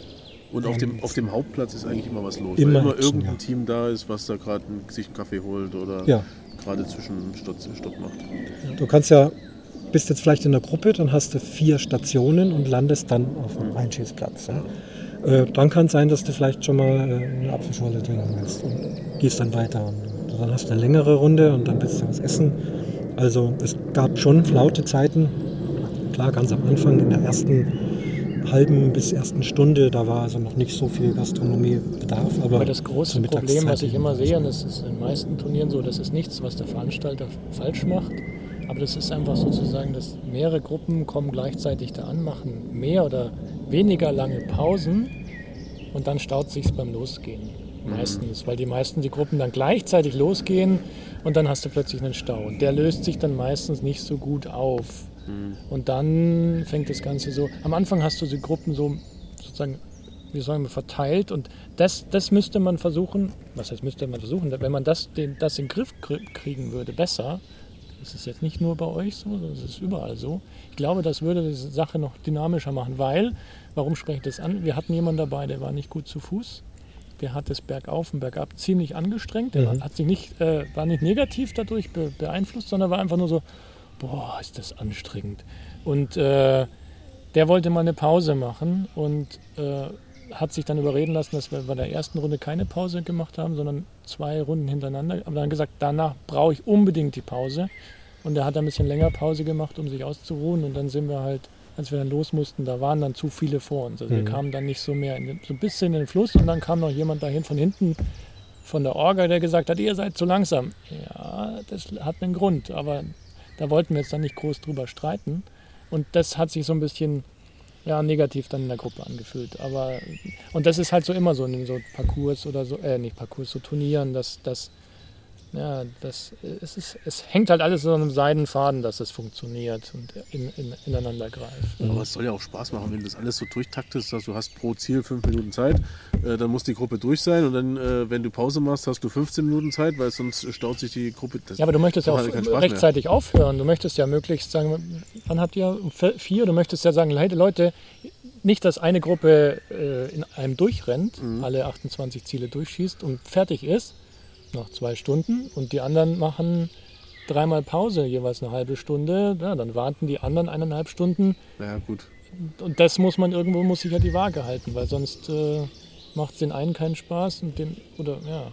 Und auf dem, auf dem Hauptplatz ist eigentlich immer was los, immer weil immer Action, irgendein ja. Team da ist, was da gerade sich einen Kaffee holt oder ja. gerade zwischen Stopp, Stopp macht. Du kannst ja, bist jetzt vielleicht in der Gruppe, dann hast du vier Stationen und landest dann auf dem Einschießplatz. Ja. Äh, dann kann es sein, dass du vielleicht schon mal äh, eine Apfelschorle trinken willst und gehst dann weiter. Und dann hast du eine längere Runde und dann willst du was essen. Also es gab schon flaute Zeiten. Klar, ganz am Anfang in der ersten halben bis ersten Stunde, da war also noch nicht so viel Gastronomiebedarf. Aber, aber das große Problem, was ich immer sehe, und das ist in den meisten Turnieren so, das ist nichts, was der Veranstalter falsch macht, aber das ist einfach sozusagen, dass mehrere Gruppen kommen gleichzeitig da an, machen mehr oder weniger lange Pausen und dann staut sich's beim Losgehen. Meistens, weil die meisten die Gruppen dann gleichzeitig losgehen und dann hast du plötzlich einen Stau. Und der löst sich dann meistens nicht so gut auf. Mhm. Und dann fängt das Ganze so, am Anfang hast du die Gruppen so sozusagen, wie sagen wir, verteilt und das, das müsste man versuchen, was heißt müsste man versuchen, wenn man das, den, das in den Griff kriegen würde, besser, das ist jetzt nicht nur bei euch so, das ist überall so. Ich glaube, das würde die Sache noch dynamischer machen, weil, warum spreche ich das an? Wir hatten jemanden dabei, der war nicht gut zu Fuß. Der hat es bergauf und bergab ziemlich angestrengt. Der mhm. hat sich nicht, äh, war nicht negativ dadurch be- beeinflusst, sondern war einfach nur so, boah, ist das anstrengend. Und äh, der wollte mal eine Pause machen und äh, hat sich dann überreden lassen, dass wir bei der ersten Runde keine Pause gemacht haben, sondern zwei Runden hintereinander. Aber dann gesagt, danach brauche ich unbedingt die Pause. Und er hat ein bisschen länger Pause gemacht, um sich auszuruhen. Und dann sind wir halt, als wir dann los mussten, da waren dann zu viele vor uns. Also mhm. wir kamen dann nicht so mehr in den, so ein bisschen in den Fluss und dann kam noch jemand dahin von hinten von der Orga, der gesagt hat, ihr seid zu langsam. Ja, das hat einen Grund, aber da wollten wir jetzt dann nicht groß drüber streiten. Und das hat sich so ein bisschen ja, negativ dann in der Gruppe angefühlt. Aber, und das ist halt so immer so in so Parcours oder so, äh, nicht Parcours, so Turnieren, dass das Ja, das, es, ist, es hängt halt alles so an einem Seidenfaden, dass es funktioniert und in, in, ineinander greift. Aber es soll ja auch Spaß machen, wenn du das alles so durchtaktest, dass du hast pro Ziel fünf Minuten Zeit, äh, dann muss die Gruppe durch sein und dann, äh, wenn du Pause machst, hast du fünfzehn Minuten Zeit, weil sonst staut sich die Gruppe. Das ja, aber du möchtest ja auch rechtzeitig mehr aufhören. Du möchtest ja möglichst sagen, wann habt ihr? Um vier? Du möchtest ja sagen, hey Leute, nicht, dass eine Gruppe äh, in einem durchrennt, mhm. alle achtundzwanzig Ziele durchschießt und fertig ist, nach zwei Stunden und die anderen machen dreimal Pause, jeweils eine halbe Stunde. Ja, dann warten die anderen eineinhalb Stunden. Ja, gut. Und das muss man irgendwo, muss sich ja die Waage halten, weil sonst äh, macht es den einen keinen Spaß und dem, oder ja,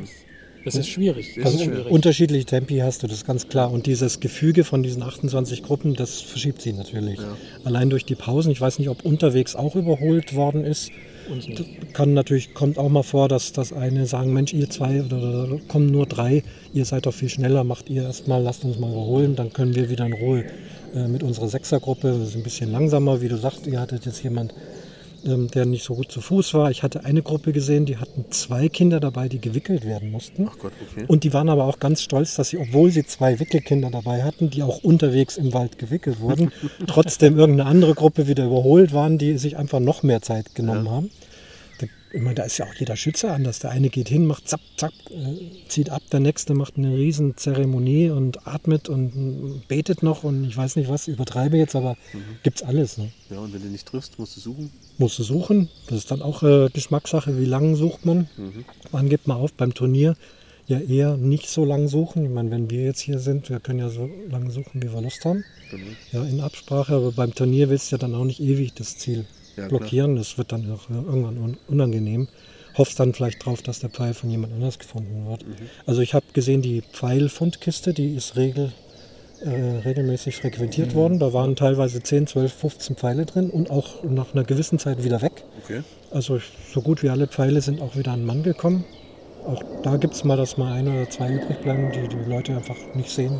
das ist schwierig. Das Also ist schwierig. unterschiedliche Tempi hast du, das ist ganz klar. Und dieses Gefüge von diesen achtundzwanzig Gruppen, das verschiebt sie natürlich. Ja. Allein durch die Pausen. Ich weiß nicht, ob unterwegs auch überholt worden ist. Uns nicht. Kann natürlich, kommt auch mal vor, dass das eine sagen, Mensch, ihr zwei oder, oder kommen nur drei, ihr seid doch viel schneller, macht ihr erstmal, lasst uns mal überholen, dann können wir wieder in Ruhe äh, mit unserer Sechsergruppe, das ist ein bisschen langsamer, wie du sagst, ihr hattet jetzt jemand, ähm, der nicht so gut zu Fuß war. Ich hatte eine Gruppe gesehen, die hatten zwei Kinder dabei, die gewickelt werden mussten. Ach Gott, okay. Und die waren aber auch ganz stolz, dass sie, obwohl sie zwei Wickelkinder dabei hatten, die auch unterwegs im Wald gewickelt wurden, trotzdem irgendeine andere Gruppe wieder überholt waren, die sich einfach noch mehr Zeit genommen Ja. haben. Ich meine, da ist ja auch jeder Schütze anders. Der eine geht hin, macht zapp, zapp, äh, zieht ab, der nächste macht eine riesen Zeremonie und atmet und äh, betet noch und ich weiß nicht was, übertreibe jetzt, aber Mhm. gibt's alles. Ne? Ja, und wenn du nicht triffst, musst du suchen. Musst du suchen, das ist dann auch äh, Geschmackssache, wie lange sucht man. Mhm. Wann gibt man auf? Beim Turnier ja eher nicht so lang suchen. Ich meine, wenn wir jetzt hier sind, wir können ja so lange suchen, wie wir Lust haben. Genau. Ja, in Absprache, aber beim Turnier willst du ja dann auch nicht ewig das Ziel Ja, klar. blockieren. Das wird dann auch irgendwann un- unangenehm. Hoffst dann vielleicht drauf, dass der Pfeil von jemand anders gefunden wird. Mhm. Also ich habe gesehen, die Pfeilfundkiste, die ist regel, äh, regelmäßig frequentiert worden. Da waren teilweise zehn, zwölf, fünfzehn Pfeile drin und auch nach einer gewissen Zeit wieder weg. Okay. Also so gut wie alle Pfeile sind auch wieder an den Mann gekommen. Auch da gibt es mal, dass mal ein oder zwei übrig bleiben, die die Leute einfach nicht sehen.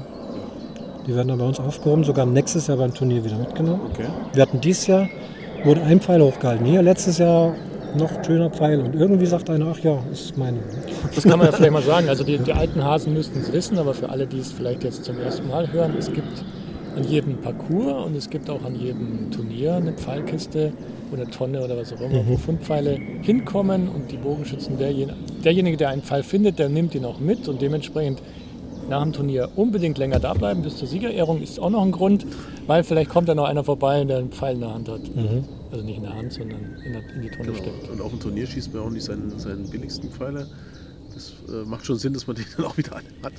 Die werden dann bei uns aufgehoben, sogar nächstes Jahr beim Turnier wieder mitgenommen. Okay. Wir hatten dieses Jahr, wurde ein Pfeil hochgehalten. Hier letztes Jahr noch ein schöner Pfeil und irgendwie sagt einer, ach ja, ist meine. Das kann man ja vielleicht mal sagen. Also die, die alten Hasen müssten es wissen, aber für alle, die es vielleicht jetzt zum ersten Mal hören, es gibt an jedem Parcours und es gibt auch an jedem Turnier eine Pfeilkiste oder Tonne oder was auch immer, wo Fundpfeile hinkommen und die Bogenschützen, derjen- derjenige, der einen Pfeil findet, der nimmt ihn auch mit und dementsprechend nach dem Turnier unbedingt länger da bleiben bis zur Siegerehrung ist auch noch ein Grund, weil vielleicht kommt da noch einer vorbei, der einen Pfeil in der Hand hat. Also nicht in der Hand, sondern in, der, in die Tonne Genau. steckt. Und auf dem Turnier schießt man auch nicht seinen, seinen billigsten Pfeiler. Das äh, macht schon Sinn, dass man den dann auch wieder alle hat.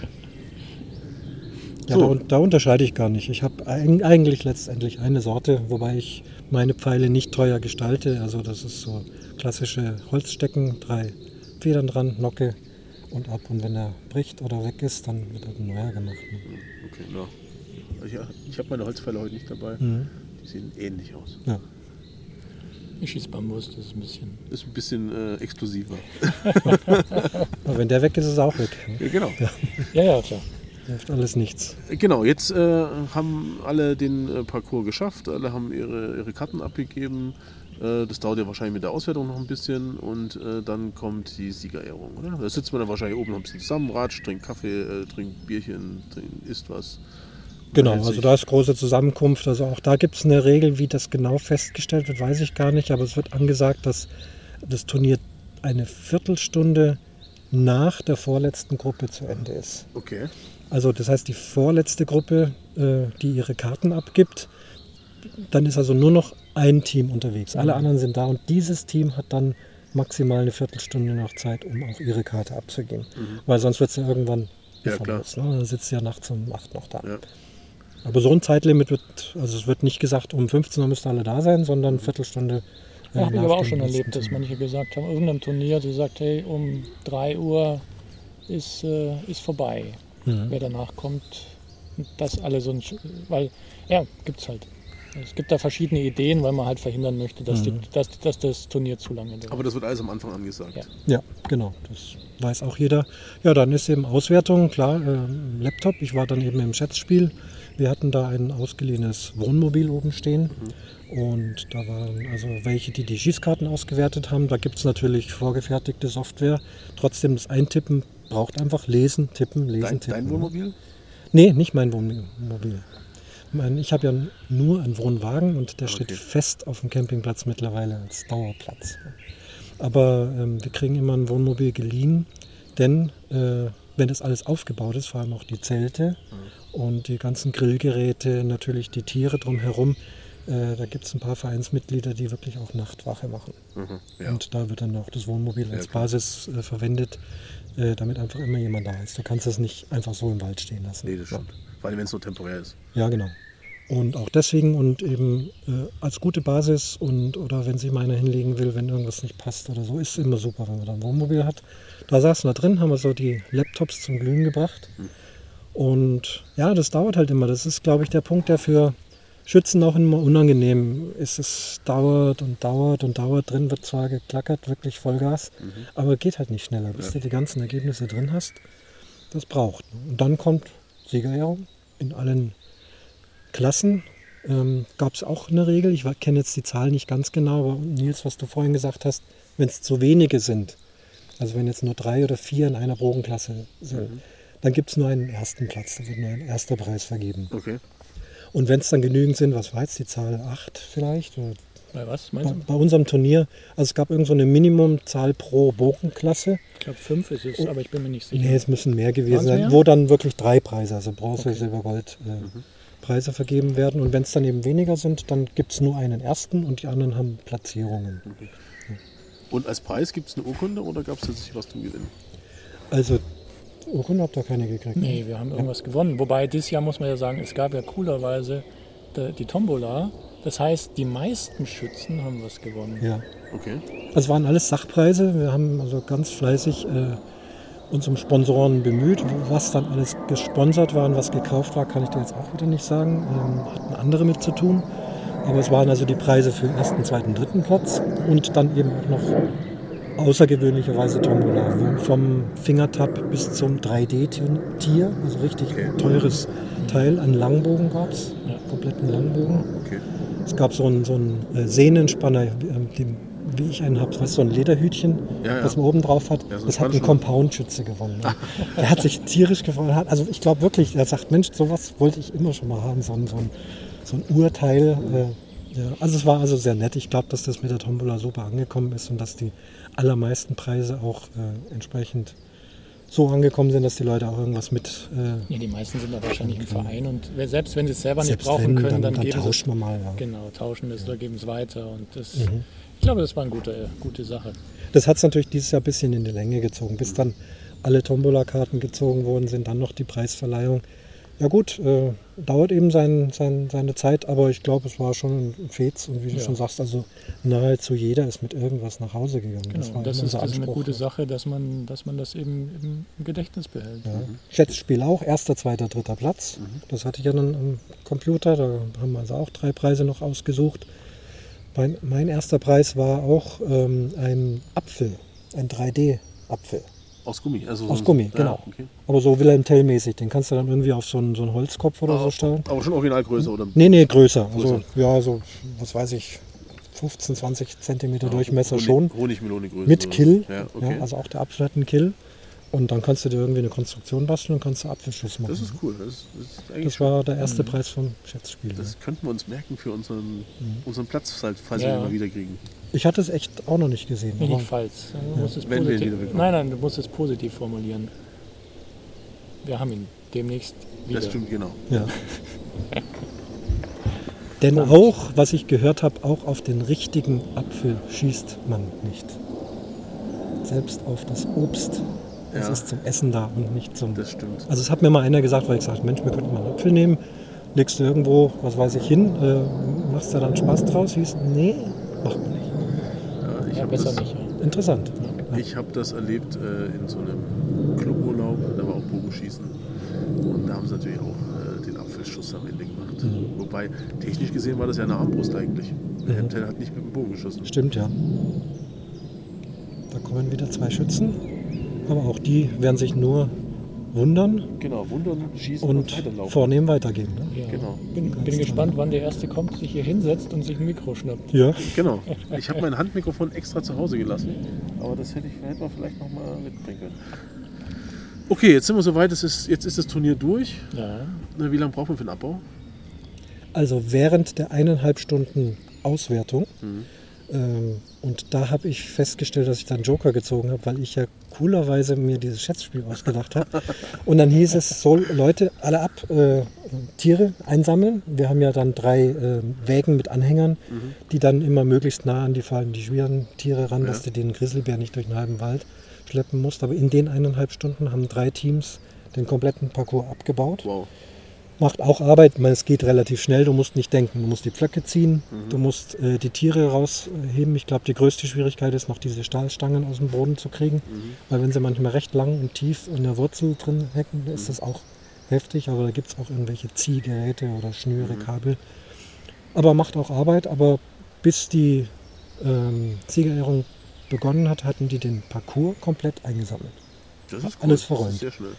Ja, So. da, un- da unterscheide ich gar nicht. Ich habe eig- eigentlich letztendlich eine Sorte, wobei ich meine Pfeile nicht teuer gestalte. Also das ist so klassische Holzstecken, drei Federn dran, Nocke und ab. Und wenn er bricht oder weg ist, dann wird ein neuer gemacht. Ne? Okay, ja. Ich, ich habe meine Holzpfeile heute nicht dabei. Mhm. Die sehen ähnlich aus. Ja. Ich schieße Bambus, das ist ein bisschen... Ist ein bisschen äh, exklusiver. Aber wenn der weg ist, ist er auch weg. Ne? Ja, genau. Ja, ja, klar. Hilft alles nichts. Genau, jetzt äh, haben alle den äh, Parcours geschafft, alle haben ihre, ihre Karten abgegeben. Äh, das dauert ja wahrscheinlich mit der Auswertung noch ein bisschen und äh, dann kommt die Siegerehrung, oder? Da sitzt man dann wahrscheinlich oben noch ein bisschen zusammen, ratscht, trinkt Kaffee, äh, trinkt Bierchen, trinkt, isst was. Genau, Unterhält also sich. da ist große Zusammenkunft. Also auch da gibt es eine Regel, wie das genau festgestellt wird, weiß ich gar nicht. Aber es wird angesagt, dass das Turnier eine Viertelstunde nach der vorletzten Gruppe zu Ende ist. Okay. Also das heißt, die vorletzte Gruppe, äh, die ihre Karten abgibt, dann ist also nur noch ein Team unterwegs. Alle anderen sind da und dieses Team hat dann maximal eine Viertelstunde noch Zeit, um auch ihre Karte abzugeben. Weil sonst wird es ja irgendwann Ja, klar. ne? Dann sitzt sie ja nachts um acht noch da. Ja. Aber so ein Zeitlimit wird, also es wird nicht gesagt, um fünfzehn Uhr müsst ihr alle da sein, sondern eine Viertelstunde. Ja, habe ich nach aber auch dem schon letzten erlebt, dass Turnier. manche gesagt haben, irgendeinem Turnier, sie sagt, hey, um drei Uhr ist, äh, ist vorbei. Mhm. Wer danach kommt, das alle so ein, Sch- weil, ja, gibt's halt. Es gibt da verschiedene Ideen, weil man halt verhindern möchte, dass, die, dass, dass das Turnier zu lange dauert. Aber das wird alles am Anfang angesagt. Ja. Ja, genau, das weiß auch jeder. Ja, dann ist eben Auswertung, klar, äh, Laptop. Ich war dann eben im Schätzspiel. Wir hatten da ein ausgeliehenes Wohnmobil oben stehen. Und da waren also welche, die die Schießkarten ausgewertet haben. Da gibt es natürlich vorgefertigte Software. Trotzdem das Eintippen braucht einfach lesen, tippen, lesen, Dein, tippen. dein Wohnmobil? Nee, nicht mein Wohnmobil. Mein, ich habe ja nur einen Wohnwagen und der steht Okay. fest auf dem Campingplatz mittlerweile als Dauerplatz. Aber ähm, wir kriegen immer ein Wohnmobil geliehen, denn äh, wenn das alles aufgebaut ist, vor allem auch die Zelte und die ganzen Grillgeräte, natürlich die Tiere drumherum, äh, da gibt es ein paar Vereinsmitglieder, die wirklich auch Nachtwache machen. Mhm. Ja. Und da wird dann auch das Wohnmobil als klar. Basis äh, verwendet. äh, damit einfach immer jemand da ist. Du kannst es nicht einfach so im Wald stehen lassen. Nee, das stimmt. Vor allem, wenn es nur temporär ist. Ja, genau. Und auch deswegen und eben äh, als gute Basis und oder wenn sich mal einer hinlegen will, wenn irgendwas nicht passt oder so, ist immer super, wenn man da ein Wohnmobil hat. Da saßen wir drin, haben wir so die Laptops zum Glühen gebracht. Hm. Und ja, das dauert halt immer. Das ist, glaube ich, der Punkt, der für Schützen auch immer unangenehm ist. Es dauert und dauert und dauert. Drin wird zwar geklackert, wirklich Vollgas, mhm. aber geht halt nicht schneller, bis ja. du die ganzen Ergebnisse drin hast. Das braucht. Und dann kommt Siegerehrung in allen Klassen. Ähm, gab es auch eine Regel. Ich kenne jetzt die Zahlen nicht ganz genau, aber Nils, was du vorhin gesagt hast, wenn es zu wenige sind, also wenn jetzt nur drei oder vier in einer Bogenklasse sind, mhm. dann gibt es nur einen ersten Platz, da wird nur ein erster Preis vergeben. Okay. Und wenn es dann genügend sind, was war jetzt die Zahl? Acht vielleicht? Oder bei was meinst du? Bei, bei unserem Turnier, also es gab irgend so eine Minimumzahl pro Bogenklasse. Ich glaube fünf ist es, oh, aber ich bin mir nicht sicher. Nee, es müssen mehr gewesen Waren's sein, mehr? Wo dann wirklich drei Preise, also Bronze, Okay. Silber, Gold, äh, Mhm. Preise vergeben werden. Und wenn es dann eben weniger sind, dann gibt es nur einen ersten und die anderen haben Platzierungen. Okay. Und als Preis gibt es eine Urkunde oder gab es tatsächlich was zum Gewinnen? Also Urkunde habt ihr keine gekriegt? Nee, wir haben irgendwas gewonnen. Wobei dieses Jahr muss man ja sagen, es gab ja coolerweise die, die Tombola. Das heißt, die meisten Schützen haben was gewonnen. Ja. Okay. Das waren alles Sachpreise. Wir haben also ganz fleißig äh, uns um Sponsoren bemüht. Was dann alles gesponsert war und was gekauft war, kann ich dir jetzt auch wieder nicht sagen. Ähm, hatten andere mit zu tun. Aber es waren also die Preise für den ersten, zweiten, dritten Platz und dann eben auch noch außergewöhnlicherweise Tombola. Wo vom Fingertab bis zum drei D-Tier, also richtig Okay. teures Teil an Langbogen gab es, Ja. kompletten Langbogen. Okay. Es gab so einen, so einen äh, Sehnenspanner, äh, den, wie ich einen habe, weißt du, so ein Lederhütchen, Ja, ja. was man oben drauf hat. Ja, so ein das hat ein Spannschuh. Compound-Schütze gewonnen. Der hat sich tierisch gefreut. Hat- Also ich glaube wirklich, er sagt, Mensch, sowas wollte ich immer schon mal haben, so ein, so ein, so ein Urteil. Äh, ja. Also es war also sehr nett. Ich glaube, dass das mit der Tombola super angekommen ist und dass die allermeisten Preise auch äh, entsprechend so angekommen sind, dass die Leute auch irgendwas mit äh, Ja, die meisten sind ja wahrscheinlich im Verein und wer- selbst wenn sie es selber nicht selbst brauchen wenn, können, dann, dann, dann geben sie es. tauschen wir mal. Ja. Genau, tauschen es oder geben es weiter. Und das, Mhm. ich glaube, das war eine gute, gute Sache. Das hat es natürlich dieses Jahr ein bisschen in die Länge gezogen, bis dann alle Tombola-Karten gezogen worden sind, dann noch die Preisverleihung. Ja gut, äh, dauert eben sein, sein, seine Zeit, aber ich glaube, es war schon ein Fez und wie du Ja. schon sagst, also nahezu jeder ist mit irgendwas nach Hause gegangen. Genau, das war das, immer ist, unser das ist eine Anspruch. gute Sache, dass man, dass man das eben im, im Gedächtnis behält. Ja. Schätzspiel auch, erster, zweiter, dritter Platz. Das hatte ich ja dann am Computer, da haben wir also auch drei Preise noch ausgesucht. Mein, mein erster Preis war auch ähm, ein Apfel, ein drei D-Apfel. Aus Gummi. Also Aus so- Gummi, ja, genau. Okay. Aber so Wilhelm Tell-mäßig, den kannst du dann irgendwie auf so einen, so einen Holzkopf oder so stellen. Aber schon Originalgröße, oder? Nee, nee, größer. Also, Größer. ja, so, was weiß ich, fünfzehn, zwanzig Zentimeter Ja, Durchmesser Honig- schon. Honigmelone-Größe. Mit oder? Kill. Ja, okay. Ja, also auch der Apfel hat einen Kill. Und dann kannst du dir irgendwie eine Konstruktion basteln und kannst du Apfelschuss machen. Das ist cool. Das, ist- das, ist eigentlich Das war der erste Preis vom Schätzspiel. Das könnten wir uns merken für unseren, unseren Platz, halt, falls Ja. wir ihn mal wieder kriegen. Ich hatte es echt auch noch nicht gesehen. Nee, aber nicht falsch. Du musst es Wenn wir ihn positiv, wieder bekommen. nein, nein, du musst es positiv formulieren. Wir haben ihn demnächst wieder. Das stimmt, genau. Ja. Denn auch, was ich gehört habe, auch auf den richtigen Apfel schießt man nicht. Selbst auf das Obst. Es Ja. ist zum Essen da und nicht zum... Das stimmt. Also es hat mir mal einer gesagt, weil ich sagte, Mensch, wir könnten mal einen Apfel nehmen, legst du irgendwo, was weiß ich, hin, äh, machst du dann Spaß draus? Hieß, nee, macht man nicht. Ja, ich Ja, habe besser das, nicht. Ja. Interessant. ich hab das erlebt äh, in so einem Cluburlaub, da war auch Bogenschießen. Und da haben sie natürlich auch äh, den Apfelschuss am Ende gemacht. Mhm. Wobei, technisch gesehen war das ja eine Armbrust eigentlich. Der Hemdteil hat nicht mit dem Bogen geschossen. Stimmt, ja. Da kommen wieder zwei Schützen, aber auch die werden sich nur wundern Genau, wundern, schießen und, und weiterlaufen. vornehm weitergehen. Ne? Ja. Genau. Bin, Ganz bin toll. gespannt, wann der Erste kommt, sich hier hinsetzt und sich ein Mikro schnappt. Ja, Genau. Ich habe mein Handmikrofon extra zu Hause gelassen, aber das hätte, ich, hätte man vielleicht noch mal mitbringen können. Okay, jetzt sind wir soweit, es ist, jetzt ist das Turnier durch. Ja. Na, wie lange brauchen wir für den Abbau? also während der eineinhalb Stunden Auswertung. Mhm. Ähm, und da habe ich festgestellt, dass ich dann Joker gezogen habe, weil ich ja coolerweise mir dieses Schätzspiel ausgedacht habe. Und dann hieß es so, Leute, alle ab, äh, Tiere einsammeln. Wir haben ja dann drei äh, Wägen mit Anhängern, Mhm. die dann immer möglichst nah an die, vor allem die schweren Tiere ran, Ja. dass du den Grizzlybär nicht durch den halben Wald schleppen musst. Aber in den eineinhalb Stunden haben drei Teams den kompletten Parcours abgebaut. Wow. Macht auch Arbeit, ich meine, es geht relativ schnell, du musst nicht denken, du musst die Pflöcke ziehen, Mhm. du musst äh, die Tiere rausheben. Ich glaube, die größte Schwierigkeit ist noch diese Stahlstangen aus dem Boden zu kriegen, Mhm. weil wenn sie manchmal recht lang und tief in der Wurzel drin hängen, ist Mhm. das auch heftig, aber da gibt es auch irgendwelche Ziehgeräte oder Schnüre, Mhm. Kabel. Aber macht auch Arbeit, aber bis die ähm, Siegerehrung begonnen hat, hatten die den Parcours komplett eingesammelt. Das ist cool. Alles Das verräumt. ist sehr schnell.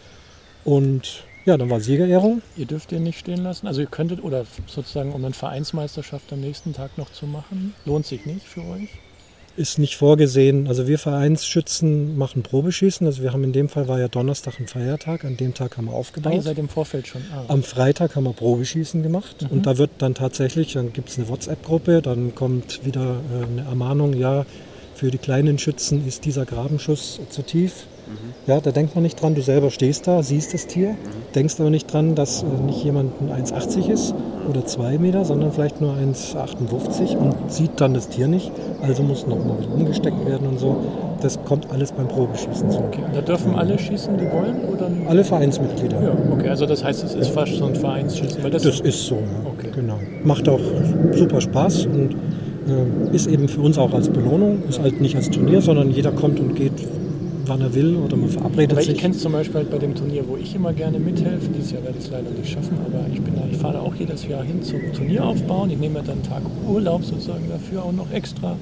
Und ja, dann war Siegerehrung. Ihr dürft den nicht stehen lassen. Also ihr könntet, oder sozusagen um eine Vereinsmeisterschaft am nächsten Tag noch zu machen, lohnt sich nicht für euch? Ist nicht vorgesehen. Also wir Vereinsschützen machen Probeschießen. Also wir haben in dem Fall, war ja Donnerstag ein Feiertag, an dem Tag haben wir Ah, ihr aufgebaut. seid im Vorfeld schon. Ah. Am Freitag haben wir Probeschießen gemacht Mhm. und da wird dann tatsächlich, dann gibt es eine WhatsApp-Gruppe, dann kommt wieder äh, eine Ermahnung, ja, für die kleinen Schützen ist dieser Grabenschuss zu tief. Mhm. Ja, da denkt man nicht dran, du selber stehst da, siehst das Tier, Mhm. denkst aber nicht dran, dass äh, nicht jemand ein eins achtzig ist oder zwei Meter, sondern vielleicht nur eins achtundfünfzig und sieht dann das Tier nicht, also muss nochmal wieder umgesteckt werden und so. Das kommt alles beim Probeschießen so. Okay, und da dürfen alle schießen, die wollen? Oder? Alle Vereinsmitglieder. Ja, okay, also das heißt, es ist fast so ein Vereinsschießen. Weil das Das ist so, ja. Okay. Genau. Macht auch super Spaß und äh, ist eben für uns auch als Belohnung. Ist halt nicht als Turnier, sondern jeder kommt und geht, wann er will oder man verabredet Aber ich sich. kenne es zum Beispiel halt bei dem Turnier, wo ich immer gerne mithelfe. Dieses Jahr werde ich es leider nicht schaffen, aber ich, bin da, ich fahre da auch jedes Jahr hin zum Turnier aufbauen. Ich nehme mir dann einen Tag Urlaub sozusagen dafür auch noch extra,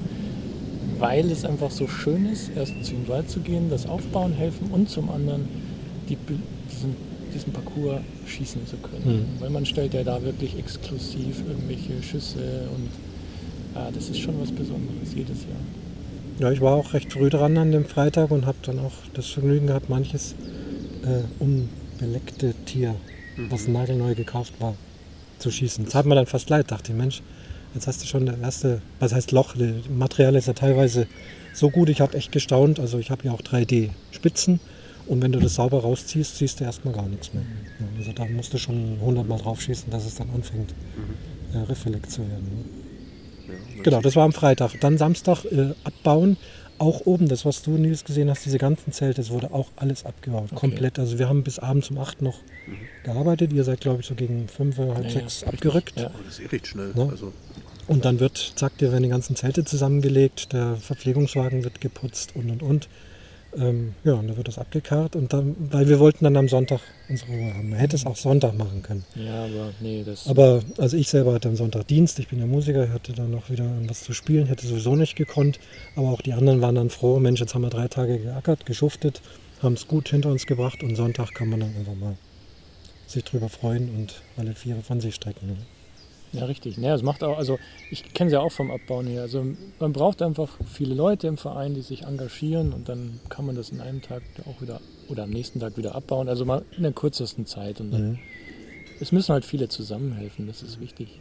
weil es einfach so schön ist, erstens in den Wald zu gehen, das Aufbauen helfen und zum anderen die, diesen, diesen Parcours schießen zu können. Mhm. Weil man stellt ja da wirklich exklusiv irgendwelche Schüsse und ja, das ist schon was Besonderes jedes Jahr. Ja, ich war auch recht früh dran an dem Freitag und habe dann auch das Vergnügen gehabt, manches äh, unbeleckte Tier, Mhm. was nagelneu gekauft war, zu schießen. Das hat mir dann fast leid, dachte ich, Mensch, jetzt hast du schon das erste, was heißt Loch, das Material ist ja teilweise so gut, ich habe echt gestaunt, also ich habe ja auch drei D Spitzen und wenn du das sauber rausziehst, siehst du erstmal gar nichts mehr. Ja, also da musst du schon hundert Mal drauf schießen, dass es dann anfängt, Mhm. äh, riffelig zu werden. Ja, Genau, das war am Freitag. Dann Samstag äh, abbauen. Auch oben, das was du, Nils, gesehen hast, diese ganzen Zelte, es wurde auch alles abgebaut. Okay. Komplett. Also wir haben bis abends um acht noch Mhm. gearbeitet. Ihr seid, glaube ich, so gegen fünf, halb Ja, sechs ja, abgerückt. Ja. Oh, das ist eh recht schnell. Ja. Also, Und dann wird, zack, dir werden die ganzen Zelte zusammengelegt, der Verpflegungswagen wird geputzt und und und. Ähm, ja, und dann wird das abgekarrt. Und dann, weil wir wollten dann am Sonntag unsere Ruhe haben. Man hätte es auch Sonntag machen können. Ja, aber nee, das. Aber also ich selber hatte am Sonntag Dienst, ich bin ja Musiker, hatte dann noch wieder was zu spielen, hätte sowieso nicht gekonnt. Aber auch die anderen waren dann froh, Mensch, jetzt haben wir drei Tage geackert, geschuftet, haben es gut hinter uns gebracht und Sonntag kann man dann einfach mal sich drüber freuen und alle Viere von sich strecken. Ne? Ja, richtig. Ja, es macht auch, also ich kenne es ja auch vom Abbauen her. Also man braucht einfach viele Leute im Verein, die sich engagieren und dann kann man das in einem Tag auch wieder oder am nächsten Tag wieder abbauen. Also mal in der kürzesten Zeit. Und dann, Mhm. es müssen halt viele zusammenhelfen, das ist wichtig.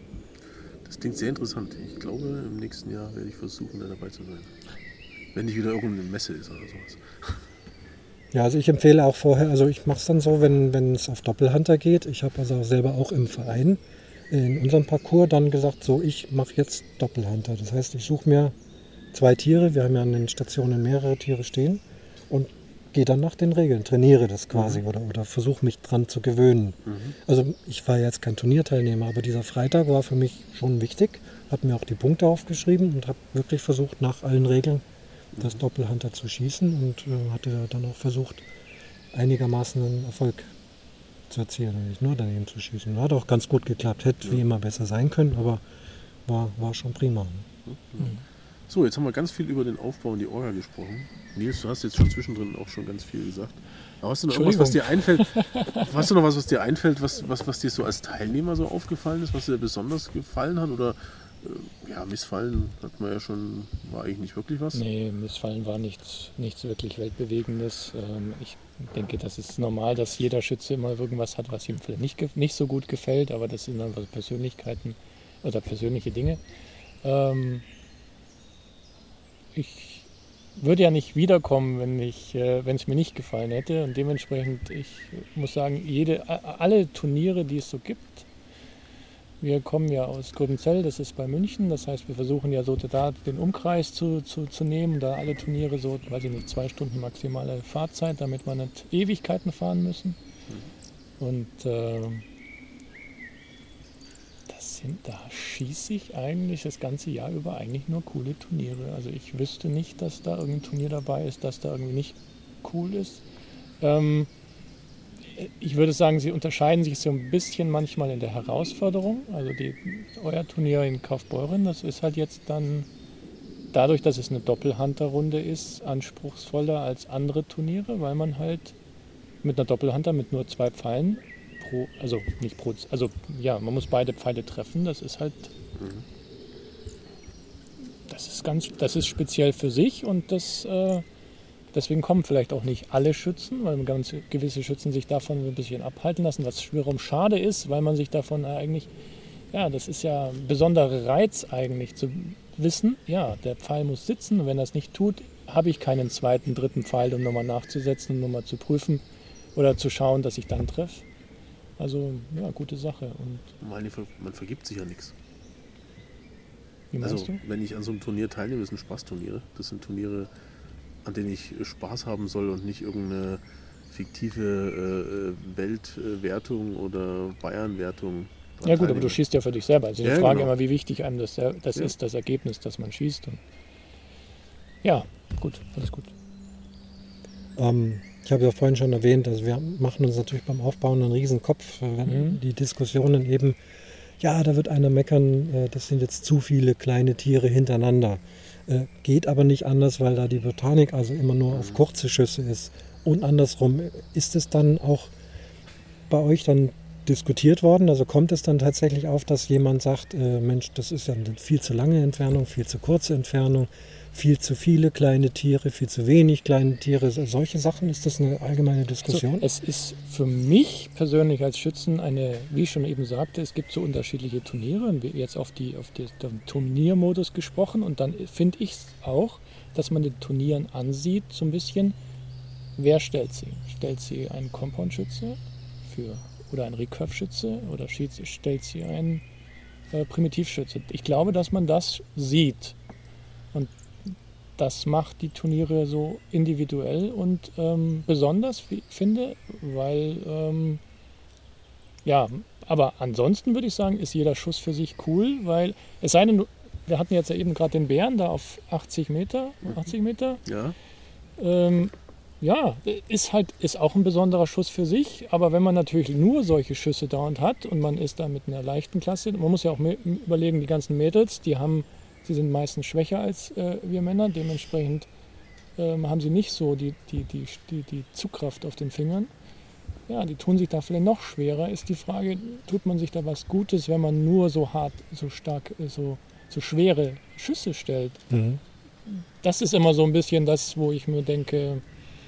das klingt sehr interessant. Ich glaube, im nächsten Jahr werde ich versuchen, da dabei zu sein. Wenn nicht wieder irgendeine Messe ist oder sowas. Ja, also ich empfehle auch vorher, also ich mache es dann so, wenn wenn es auf Doppelhunter geht. Ich habe also selber auch im Verein in unserem Parcours dann gesagt, so ich mache jetzt Doppelhunter. Das heißt, ich suche mir zwei Tiere, wir haben ja an den Stationen mehrere Tiere stehen und gehe dann nach den Regeln, trainiere das quasi Mhm. oder, oder versuche mich dran zu gewöhnen. Mhm. Also ich war jetzt kein Turnierteilnehmer, aber dieser Freitag war für mich schon wichtig, habe mir auch die Punkte aufgeschrieben und habe wirklich versucht, nach allen Regeln das Doppelhunter zu schießen und äh, hatte dann auch versucht, einigermaßen einen Erfolg zu erzielen und nicht nur daneben zu schießen. Hat auch ganz gut geklappt, hätte wie immer besser sein können, aber war, war schon prima. Ne? So, jetzt haben wir ganz viel über den Aufbau und die Orga gesprochen. Nils, du hast jetzt schon zwischendrin auch schon ganz viel gesagt. Aber hast du noch irgendwas, was dir einfällt? Hast du noch was, was dir einfällt, was, was, was dir so als Teilnehmer so aufgefallen ist, was dir besonders gefallen hat? Oder äh, ja, missfallen hat man ja schon, war eigentlich nicht wirklich was? Nee, Missfallen war nichts, nichts wirklich Weltbewegendes. Ähm, ich denke, das ist normal, dass jeder Schütze immer irgendwas hat, was ihm vielleicht nicht, ge- nicht so gut gefällt, aber das sind einfach Persönlichkeiten oder persönliche Dinge. Ähm, ich würde ja nicht wiederkommen, wenn ich, äh, wenn es mir nicht gefallen hätte. Und dementsprechend, ich muss sagen, jede, a- alle Turniere, die es so gibt, wir kommen ja aus Gröbenzell, das ist bei München. Das heißt, wir versuchen ja so da den Umkreis zu, zu, zu nehmen, da alle Turniere so, weiß ich nicht, zwei Stunden maximale Fahrzeit, damit wir nicht Ewigkeiten fahren müssen. Und äh, das sind, da schieße ich eigentlich das ganze Jahr über eigentlich nur coole Turniere. Also ich wüsste nicht, dass da irgendein Turnier dabei ist, das da irgendwie nicht cool ist. Ähm, Ich würde sagen, sie unterscheiden sich so ein bisschen manchmal in der Herausforderung. Also die, euer Turnier in Kaufbeuren, das ist halt jetzt dann, dadurch, dass es eine Doppelhunter-Runde ist, anspruchsvoller als andere Turniere, weil man halt mit einer Doppelhunter mit nur zwei Pfeilen pro, also nicht pro, also ja, man muss beide Pfeile treffen. Das ist halt, Mhm. das ist ganz, das ist speziell für sich und das äh, deswegen kommen vielleicht auch nicht alle Schützen, weil ganz gewisse Schützen sich davon so ein bisschen abhalten lassen, was wiederum schade ist, weil man sich davon eigentlich, ja, das ist ja ein besonderer Reiz eigentlich, zu wissen, ja, der Pfeil muss sitzen und wenn er es nicht tut, habe ich keinen zweiten, dritten Pfeil, um nochmal nachzusetzen, um nochmal zu prüfen oder zu schauen, dass ich dann treffe. Also, ja, gute Sache. Und Man, man vergibt sich ja nichts. wie meinst Also, du? wenn ich an so einem Turnier teilnehme, das sind Spaßturniere. Das sind Turniere, an denen ich Spaß haben soll und nicht irgendeine fiktive äh, Weltwertung oder Bayernwertung. dran Ja gut, aber teilnehme. du schießt ja für dich selber. Also ich Ja, frage genau. immer, wie wichtig einem das, das Ja. ist, das Ergebnis, dass man schießt. Und ja, gut, alles gut. Ähm, ich habe ja vorhin schon erwähnt, also wir machen uns natürlich beim Aufbauen einen riesen Kopf, äh, wenn Mhm. die Diskussionen eben, ja, da wird einer meckern, äh, das sind jetzt zu viele kleine Tiere hintereinander. Äh, geht aber nicht anders, weil da die Botanik also immer nur auf kurze Schüsse ist. Und andersrum, ist es dann auch bei euch dann diskutiert worden? Also kommt es dann tatsächlich auf, dass jemand sagt, äh, Mensch, das ist ja eine viel zu lange Entfernung, viel zu kurze Entfernung, viel zu viele kleine Tiere, viel zu wenig kleine Tiere. Solche Sachen, ist das eine allgemeine Diskussion? Also, es ist für mich persönlich als Schützen eine, wie ich schon eben sagte, es gibt so unterschiedliche Turniere. Und wir jetzt auf, die, auf die, den Turniermodus gesprochen. Und dann finde ich es auch, dass man den Turnieren ansieht, so ein bisschen, wer stellt sie? Stellt sie einen Compound-Schütze für, oder einen Recurve-Schütze oder schießt- stellt sie einen äh, Primitivschütze? Ich glaube, dass man das sieht. Und das macht die Turniere so individuell und ähm, besonders, wie ich finde, weil, ähm, ja, aber ansonsten würde ich sagen, ist jeder Schuss für sich cool, weil es sei denn, du- wir hatten jetzt ja eben gerade den Bären da auf achtzig Meter, achtzig Meter, Ja, ähm, ja, ist halt, ist auch ein besonderer Schuss für sich, aber wenn man natürlich nur solche Schüsse dauernd hat und man ist da mit einer leichten Klasse, man muss ja auch me- überlegen, die ganzen Mädels, die haben, sie sind meistens schwächer als äh, wir Männer, dementsprechend ähm, haben sie nicht so die, die, die, die, die Zugkraft auf den Fingern. Ja, die tun sich da vielleicht noch schwerer. Ist die Frage, tut man sich da was Gutes, wenn man nur so hart, so stark, äh, so, so schwere Schüsse stellt? Mhm. Das ist immer so ein bisschen das, wo ich mir denke,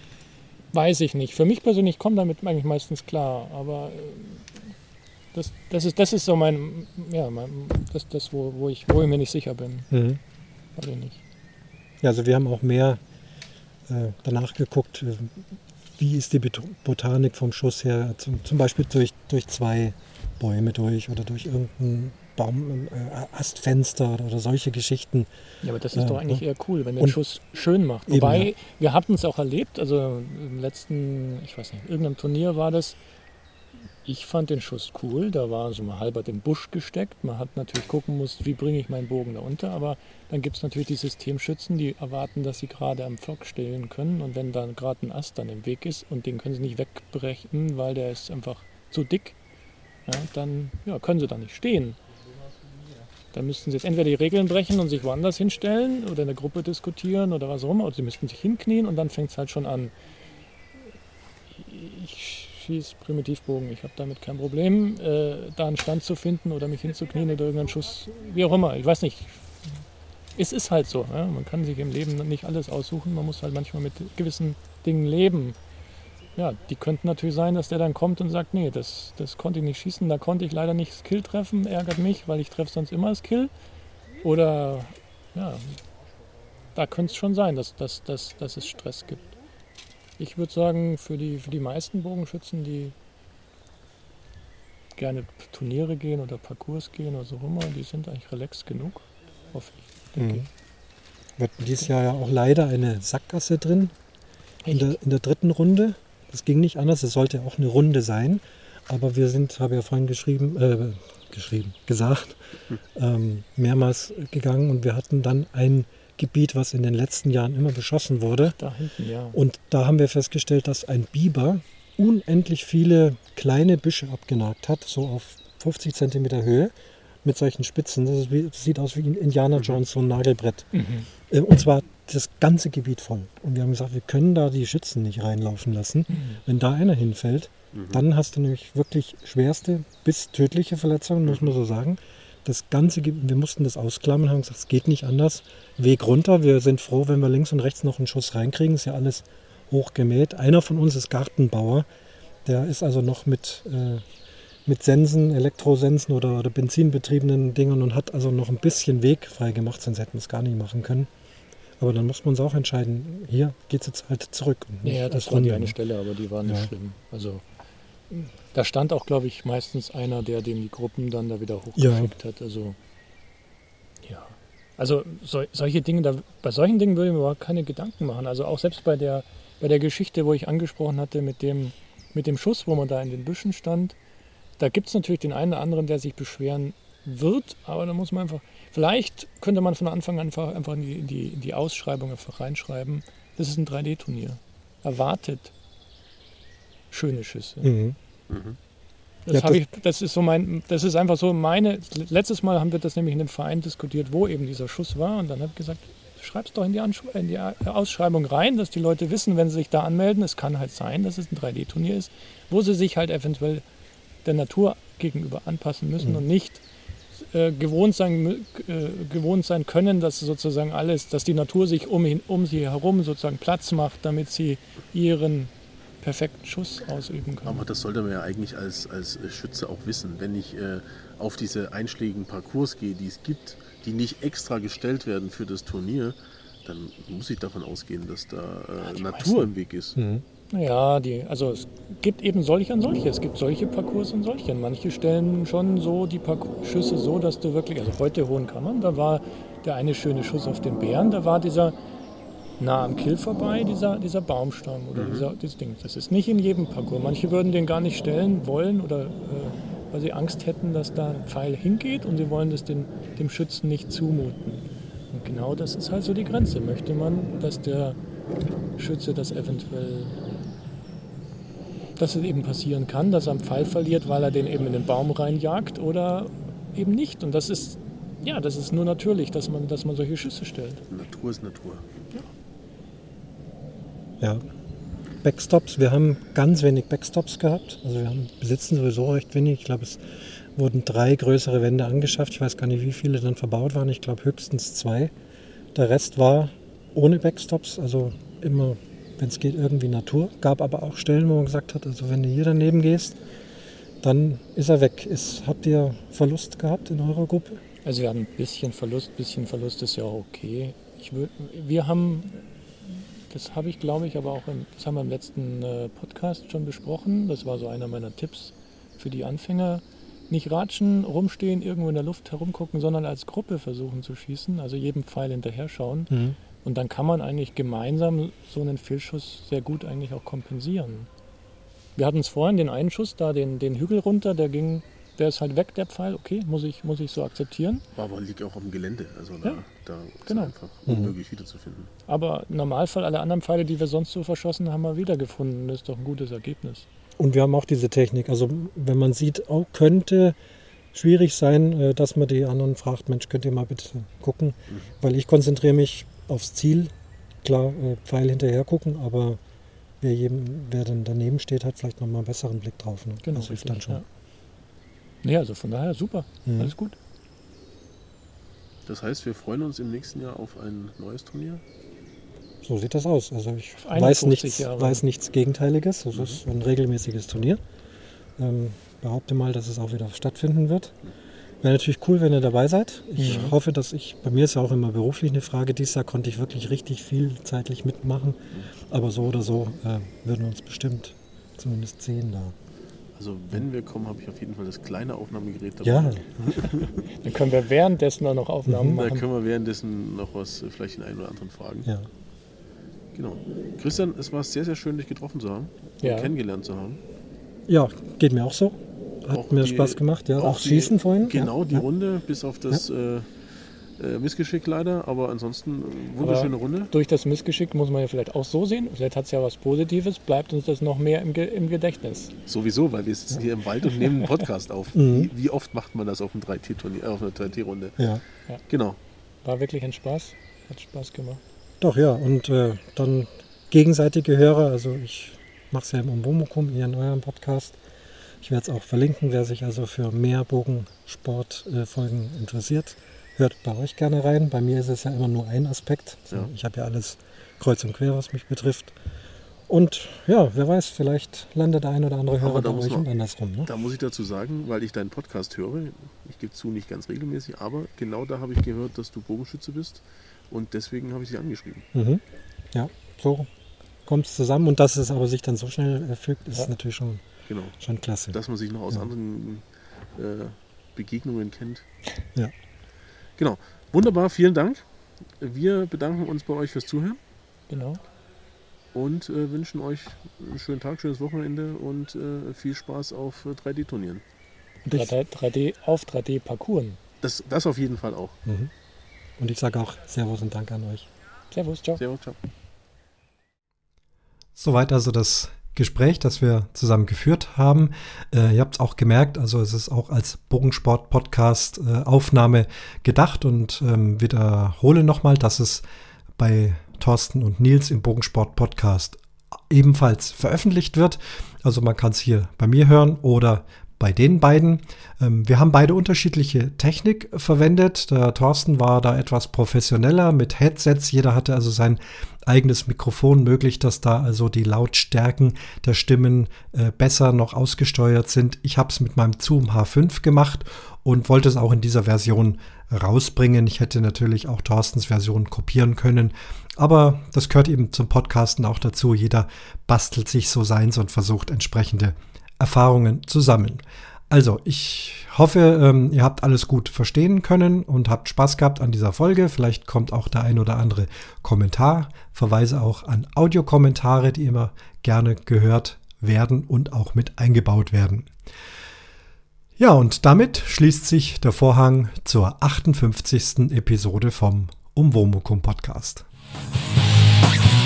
weiß ich nicht. Für mich persönlich kommt damit eigentlich meistens klar, aber äh, das, das, ist, das ist so mein, ja, mein, das, das wo, wo, ich, wo ich mir nicht sicher bin. Mhm. Weiß ich nicht. Ja, also wir haben auch mehr äh, danach geguckt, äh, wie ist die Bet- Botanik vom Schuss her, zum, zum Beispiel durch, durch zwei Bäume durch oder durch irgendein Baum, äh, Astfenster oder solche Geschichten. Ja, aber das ist Ja, doch eigentlich ja. eher cool, wenn der Und- Schuss schön macht. Eben, Wobei, ja. wir hatten es auch erlebt, also im letzten, ich weiß nicht, irgendeinem Turnier war das, ich fand den Schuss cool, da war so mal halber im Busch gesteckt. Man hat natürlich gucken müssen, wie bringe ich meinen Bogen da unter, aber dann gibt es natürlich die Systemschützen, die erwarten, dass sie gerade am Pflock stehen können und wenn dann gerade ein Ast dann im Weg ist und den können sie nicht wegbrechen, weil der ist einfach zu dick, ja, dann ja, können sie da nicht stehen. Dann müssten sie jetzt entweder die Regeln brechen und sich woanders hinstellen oder in der Gruppe diskutieren oder was auch immer, oder sie müssten sich hinknien und dann fängt es halt schon an. Ich schieße Primitivbogen, ich habe damit kein Problem, äh, da einen Stand zu finden oder mich hinzuknien oder irgendeinen Schuss, wie auch immer, ich weiß nicht. Es ist halt so, ja? Man kann sich im Leben nicht alles aussuchen, man muss halt manchmal mit gewissen Dingen leben. Ja, die könnten natürlich sein, dass der dann kommt und sagt, nee, das, das konnte ich nicht schießen, da konnte ich leider nicht das Kill treffen, ärgert mich, weil ich treffe sonst immer das Kill. Oder, ja, da könnte es schon sein, dass, dass, dass, dass es Stress gibt. Ich würde sagen, für die, für die meisten Bogenschützen, die gerne Turniere gehen oder Parcours gehen oder so immer, die sind eigentlich relaxed genug, hoffe ich. Mhm. Wir hatten dieses Jahr ja auch leider eine Sackgasse drin in der, in der dritten Runde. Das ging nicht anders, es sollte auch eine Runde sein. Aber wir sind, habe ja vorhin geschrieben, äh, geschrieben, gesagt, ähm, mehrmals gegangen und wir hatten dann ein Gebiet, was in den letzten Jahren immer beschossen wurde. Da hinten, ja. Und da haben wir festgestellt, dass ein Biber unendlich viele kleine Büsche abgenagt hat, so auf fünfzig Zentimeter Höhe mit solchen Spitzen. Das, ist wie, das sieht aus wie in Indiana Jones, so ein Nagelbrett. Mhm. Und zwar das ganze Gebiet voll. Und wir haben gesagt, wir können da die Schützen nicht reinlaufen lassen. Mhm. Wenn da einer hinfällt, mhm. dann hast du nämlich wirklich schwerste bis tödliche Verletzungen, muss man so sagen. Das ganze, wir mussten das ausklammern, haben gesagt, es geht nicht anders. Weg runter, wir sind froh, wenn wir links und rechts noch einen Schuss reinkriegen. Ist ja alles hochgemäht. Einer von uns ist Gartenbauer. Der ist also noch mit, äh, mit Sensen, Elektrosensen oder, oder benzinbetriebenen Dingern und hat also noch ein bisschen Weg frei gemacht, sonst hätten wir es gar nicht machen können. Aber dann muss man uns auch entscheiden, hier geht es jetzt halt zurück. Ja, das war die eine Stelle, aber die war nicht ja. schlimm. Also da stand auch, glaube ich, meistens einer, der dem die Gruppen dann da wieder hochgeschickt ja. hat. Also ja. Also so, solche Dinge, da, bei solchen Dingen würde ich mir überhaupt keine Gedanken machen. Also auch selbst bei der, bei der Geschichte, wo ich angesprochen hatte mit dem, mit dem Schuss, wo man da in den Büschen stand, da gibt es natürlich den einen oder anderen, der sich beschweren wird, aber da muss man einfach, vielleicht könnte man von Anfang an einfach, einfach in, die, in, die, in die Ausschreibung einfach reinschreiben, das ist ein drei D Turnier. Erwartet schöne Schüsse. Mhm. Mhm. Das, ja, das, ich, das ist so mein, das ist einfach so meine, letztes Mal haben wir das nämlich in dem Verein diskutiert, wo eben dieser Schuss war und dann habe ich gesagt, schreib's doch in die, in die Ausschreibung rein, dass die Leute wissen, wenn sie sich da anmelden, es kann halt sein, dass es ein drei D Turnier ist, wo sie sich halt eventuell der Natur gegenüber anpassen müssen mhm. und nicht äh, gewohnt sein, äh, gewohnt sein können, dass sozusagen alles, dass die Natur sich um, um sie herum sozusagen Platz macht, damit sie ihren perfekten Schuss ausüben kann. Aber das sollte man ja eigentlich als, als Schütze auch wissen. Wenn ich äh, auf diese einschlägigen Parcours gehe, die es gibt, die nicht extra gestellt werden für das Turnier, dann muss ich davon ausgehen, dass da äh, ja, Natur meisten. im Weg ist. Mhm. Ja, die, also es gibt eben solche und solche. Es gibt solche Parcours und solche. Manche stellen schon so die Parcours Schüsse so, dass du wirklich, also heute Hohenkammern, da war der eine schöne Schuss auf den Bären, da war dieser nah am Kill vorbei, dieser, dieser Baumstamm oder mhm. dieser, dieses Ding. Das ist nicht in jedem Parcours. Manche würden den gar nicht stellen wollen oder äh, weil sie Angst hätten, dass da ein Pfeil hingeht und sie wollen das den, dem Schützen nicht zumuten. Und genau das ist halt so die Grenze. Möchte man, dass der Schütze das eventuell, dass es eben passieren kann, dass er einen Pfeil verliert, weil er den eben in den Baum reinjagt oder eben nicht. Und das ist, ja, das ist nur natürlich, dass man, dass man solche Schüsse stellt. Natur ist Natur. Ja. Ja. Backstops, wir haben ganz wenig Backstops gehabt. Also wir haben, besitzen sowieso recht wenig. Ich glaube, es wurden drei größere Wände angeschafft. Ich weiß gar nicht, wie viele dann verbaut waren. Ich glaube höchstens zwei. Der Rest war ohne Backstops, also immer, wenn es geht, irgendwie Natur. Gab aber auch Stellen, wo man gesagt hat, also wenn du hier daneben gehst, dann ist er weg. Ist, habt ihr Verlust gehabt in eurer Gruppe? Also wir hatten ein bisschen Verlust, ein bisschen Verlust ist ja auch okay. Ich würd, wir haben, das habe ich glaube ich aber auch, im, das haben wir im letzten äh, Podcast schon besprochen, das war so einer meiner Tipps für die Anfänger. Nicht ratschen, rumstehen, irgendwo in der Luft herumgucken, sondern als Gruppe versuchen zu schießen, also jedem Pfeil hinterher schauen. Mhm. Und dann kann man eigentlich gemeinsam so einen Fehlschuss sehr gut eigentlich auch kompensieren. Wir hatten es vorhin, den einen Schuss da, den, den Hügel runter, der ging, der ist halt weg, der Pfeil, okay, muss ich, muss ich so akzeptieren. War aber liegt auch am Gelände, also da, ja, da ist genau. einfach unmöglich mhm. wiederzufinden. Aber im Normalfall, alle anderen Pfeile, die wir sonst so verschossen haben, haben wir wiedergefunden. Das ist doch ein gutes Ergebnis. Und wir haben auch diese Technik, also wenn man sieht, oh, könnte schwierig sein, dass man die anderen fragt, Mensch, könnt ihr mal bitte gucken, mhm. weil ich konzentriere mich aufs Ziel, klar, Pfeil hinterher gucken, aber wer, jedem, wer dann daneben steht, hat vielleicht nochmal einen besseren Blick drauf. Ne? Genau, das hilft dann schon. Ja. Nee, also von daher super, mhm. alles gut. Das heißt, wir freuen uns im nächsten Jahr auf ein neues Turnier? So sieht das aus. Also ich weiß nichts, weiß nichts Gegenteiliges. Es mhm. ist ein regelmäßiges Turnier. Ähm, behaupte mal, dass es auch wieder stattfinden wird. Wäre natürlich cool, wenn ihr dabei seid. Ich mhm. hoffe, dass ich, bei mir ist ja auch immer beruflich eine Frage, dieses Jahr konnte ich wirklich richtig viel zeitlich mitmachen. Mhm. Aber so oder so äh, würden wir uns bestimmt zumindest sehen da. Also wenn wir kommen, habe ich auf jeden Fall das kleine Aufnahmegerät dabei. Ja. Dann können wir währenddessen auch noch Aufnahmen Mhm. Da machen. können wir währenddessen noch was, äh, vielleicht den einen oder anderen fragen. Ja. Genau. Christian, es war sehr, sehr schön, dich getroffen zu haben Ja. und kennengelernt zu haben. Ja, geht mir auch so. Hat Auch mir die- Spaß gemacht, ja. Auch, die- Schießen vorhin. Genau, ja. die ja. Runde, bis auf das äh, äh, Missgeschick leider, aber ansonsten äh, wunderschöne Aber Runde. Durch das Missgeschick muss man ja vielleicht auch so sehen. Vielleicht hat es ja was Positives, bleibt uns das noch mehr im, Ge im Gedächtnis. Sowieso, weil wir sitzen hier im Wald und nehmen einen Podcast auf. Mhm. Wie, wie oft macht man das auf, einem drei T-Turnier, äh, auf einer drei T-Runde? Ja. Genau. War wirklich ein Spaß. Hat Spaß gemacht. Doch, ja. Und äh, dann gegenseitige Hörer. Also ich mache es ja im Umwomukum, hier in eurem Podcast. Ich werde es auch verlinken, wer sich also für mehr Bogensport-Folgen interessiert. Hört bei euch gerne rein. Bei mir ist es ja immer nur ein Aspekt. Also Ja. Ich habe ja alles kreuz und quer, was mich betrifft. Und ja, wer weiß, vielleicht landet der ein oder andere Aber Hörer da bei muss euch man- und andersrum. Ne? Da muss ich dazu sagen, weil ich deinen Podcast höre, ich gebe zu, nicht ganz regelmäßig, aber genau da habe ich gehört, dass du Bogenschütze bist und deswegen habe ich sie angeschrieben. Mhm. Ja, so kommt es zusammen. Und dass es aber sich dann so schnell äh, fügt, ist Ja. natürlich schon, Genau. schon klasse. Dass man sich noch aus Ja. anderen äh, Begegnungen kennt. Ja. Genau. Wunderbar, vielen Dank. Wir bedanken uns bei euch fürs Zuhören Genau. und äh, wünschen euch einen schönen Tag, schönes Wochenende und äh, viel Spaß auf äh, drei D-Turnieren. Und ich, drei D auf drei D-Parcours. Das, das auf jeden Fall auch. mhm. Und ich sage auch Servus und Dank an euch. Servus, ciao. Servus, ciao. Soweit also das Gespräch, das wir zusammen geführt haben. Äh, ihr habt es auch gemerkt, also es ist auch als Bogensport-Podcast-Aufnahme äh, gedacht und ähm, wiederhole nochmal, dass es bei Thorsten und Nils im Bogensport-Podcast ebenfalls veröffentlicht wird. Also man kann es hier bei mir hören oder bei den beiden. Ähm, wir haben beide unterschiedliche Technik verwendet. Der Thorsten war da etwas professioneller mit Headsets. Jeder hatte also sein eigenes Mikrofon möglich, dass da also die Lautstärken der Stimmen äh, besser noch ausgesteuert sind. Ich habe es mit meinem Zoom H fünf gemacht und wollte es auch in dieser Version rausbringen. Ich hätte natürlich auch Thorstens Version kopieren können, aber das gehört eben zum Podcasten auch dazu. Jeder bastelt sich so seins und versucht entsprechende Erfahrungen zu sammeln. Also, ich hoffe, ähm, ihr habt alles gut verstehen können und habt Spaß gehabt an dieser Folge. Vielleicht kommt auch der ein oder andere Kommentar. Verweise auch an Audiokommentare, die immer gerne gehört werden und auch mit eingebaut werden. Ja, und damit schließt sich der Vorhang zur achtundfünfzigsten Episode vom Umwomukum Podcast.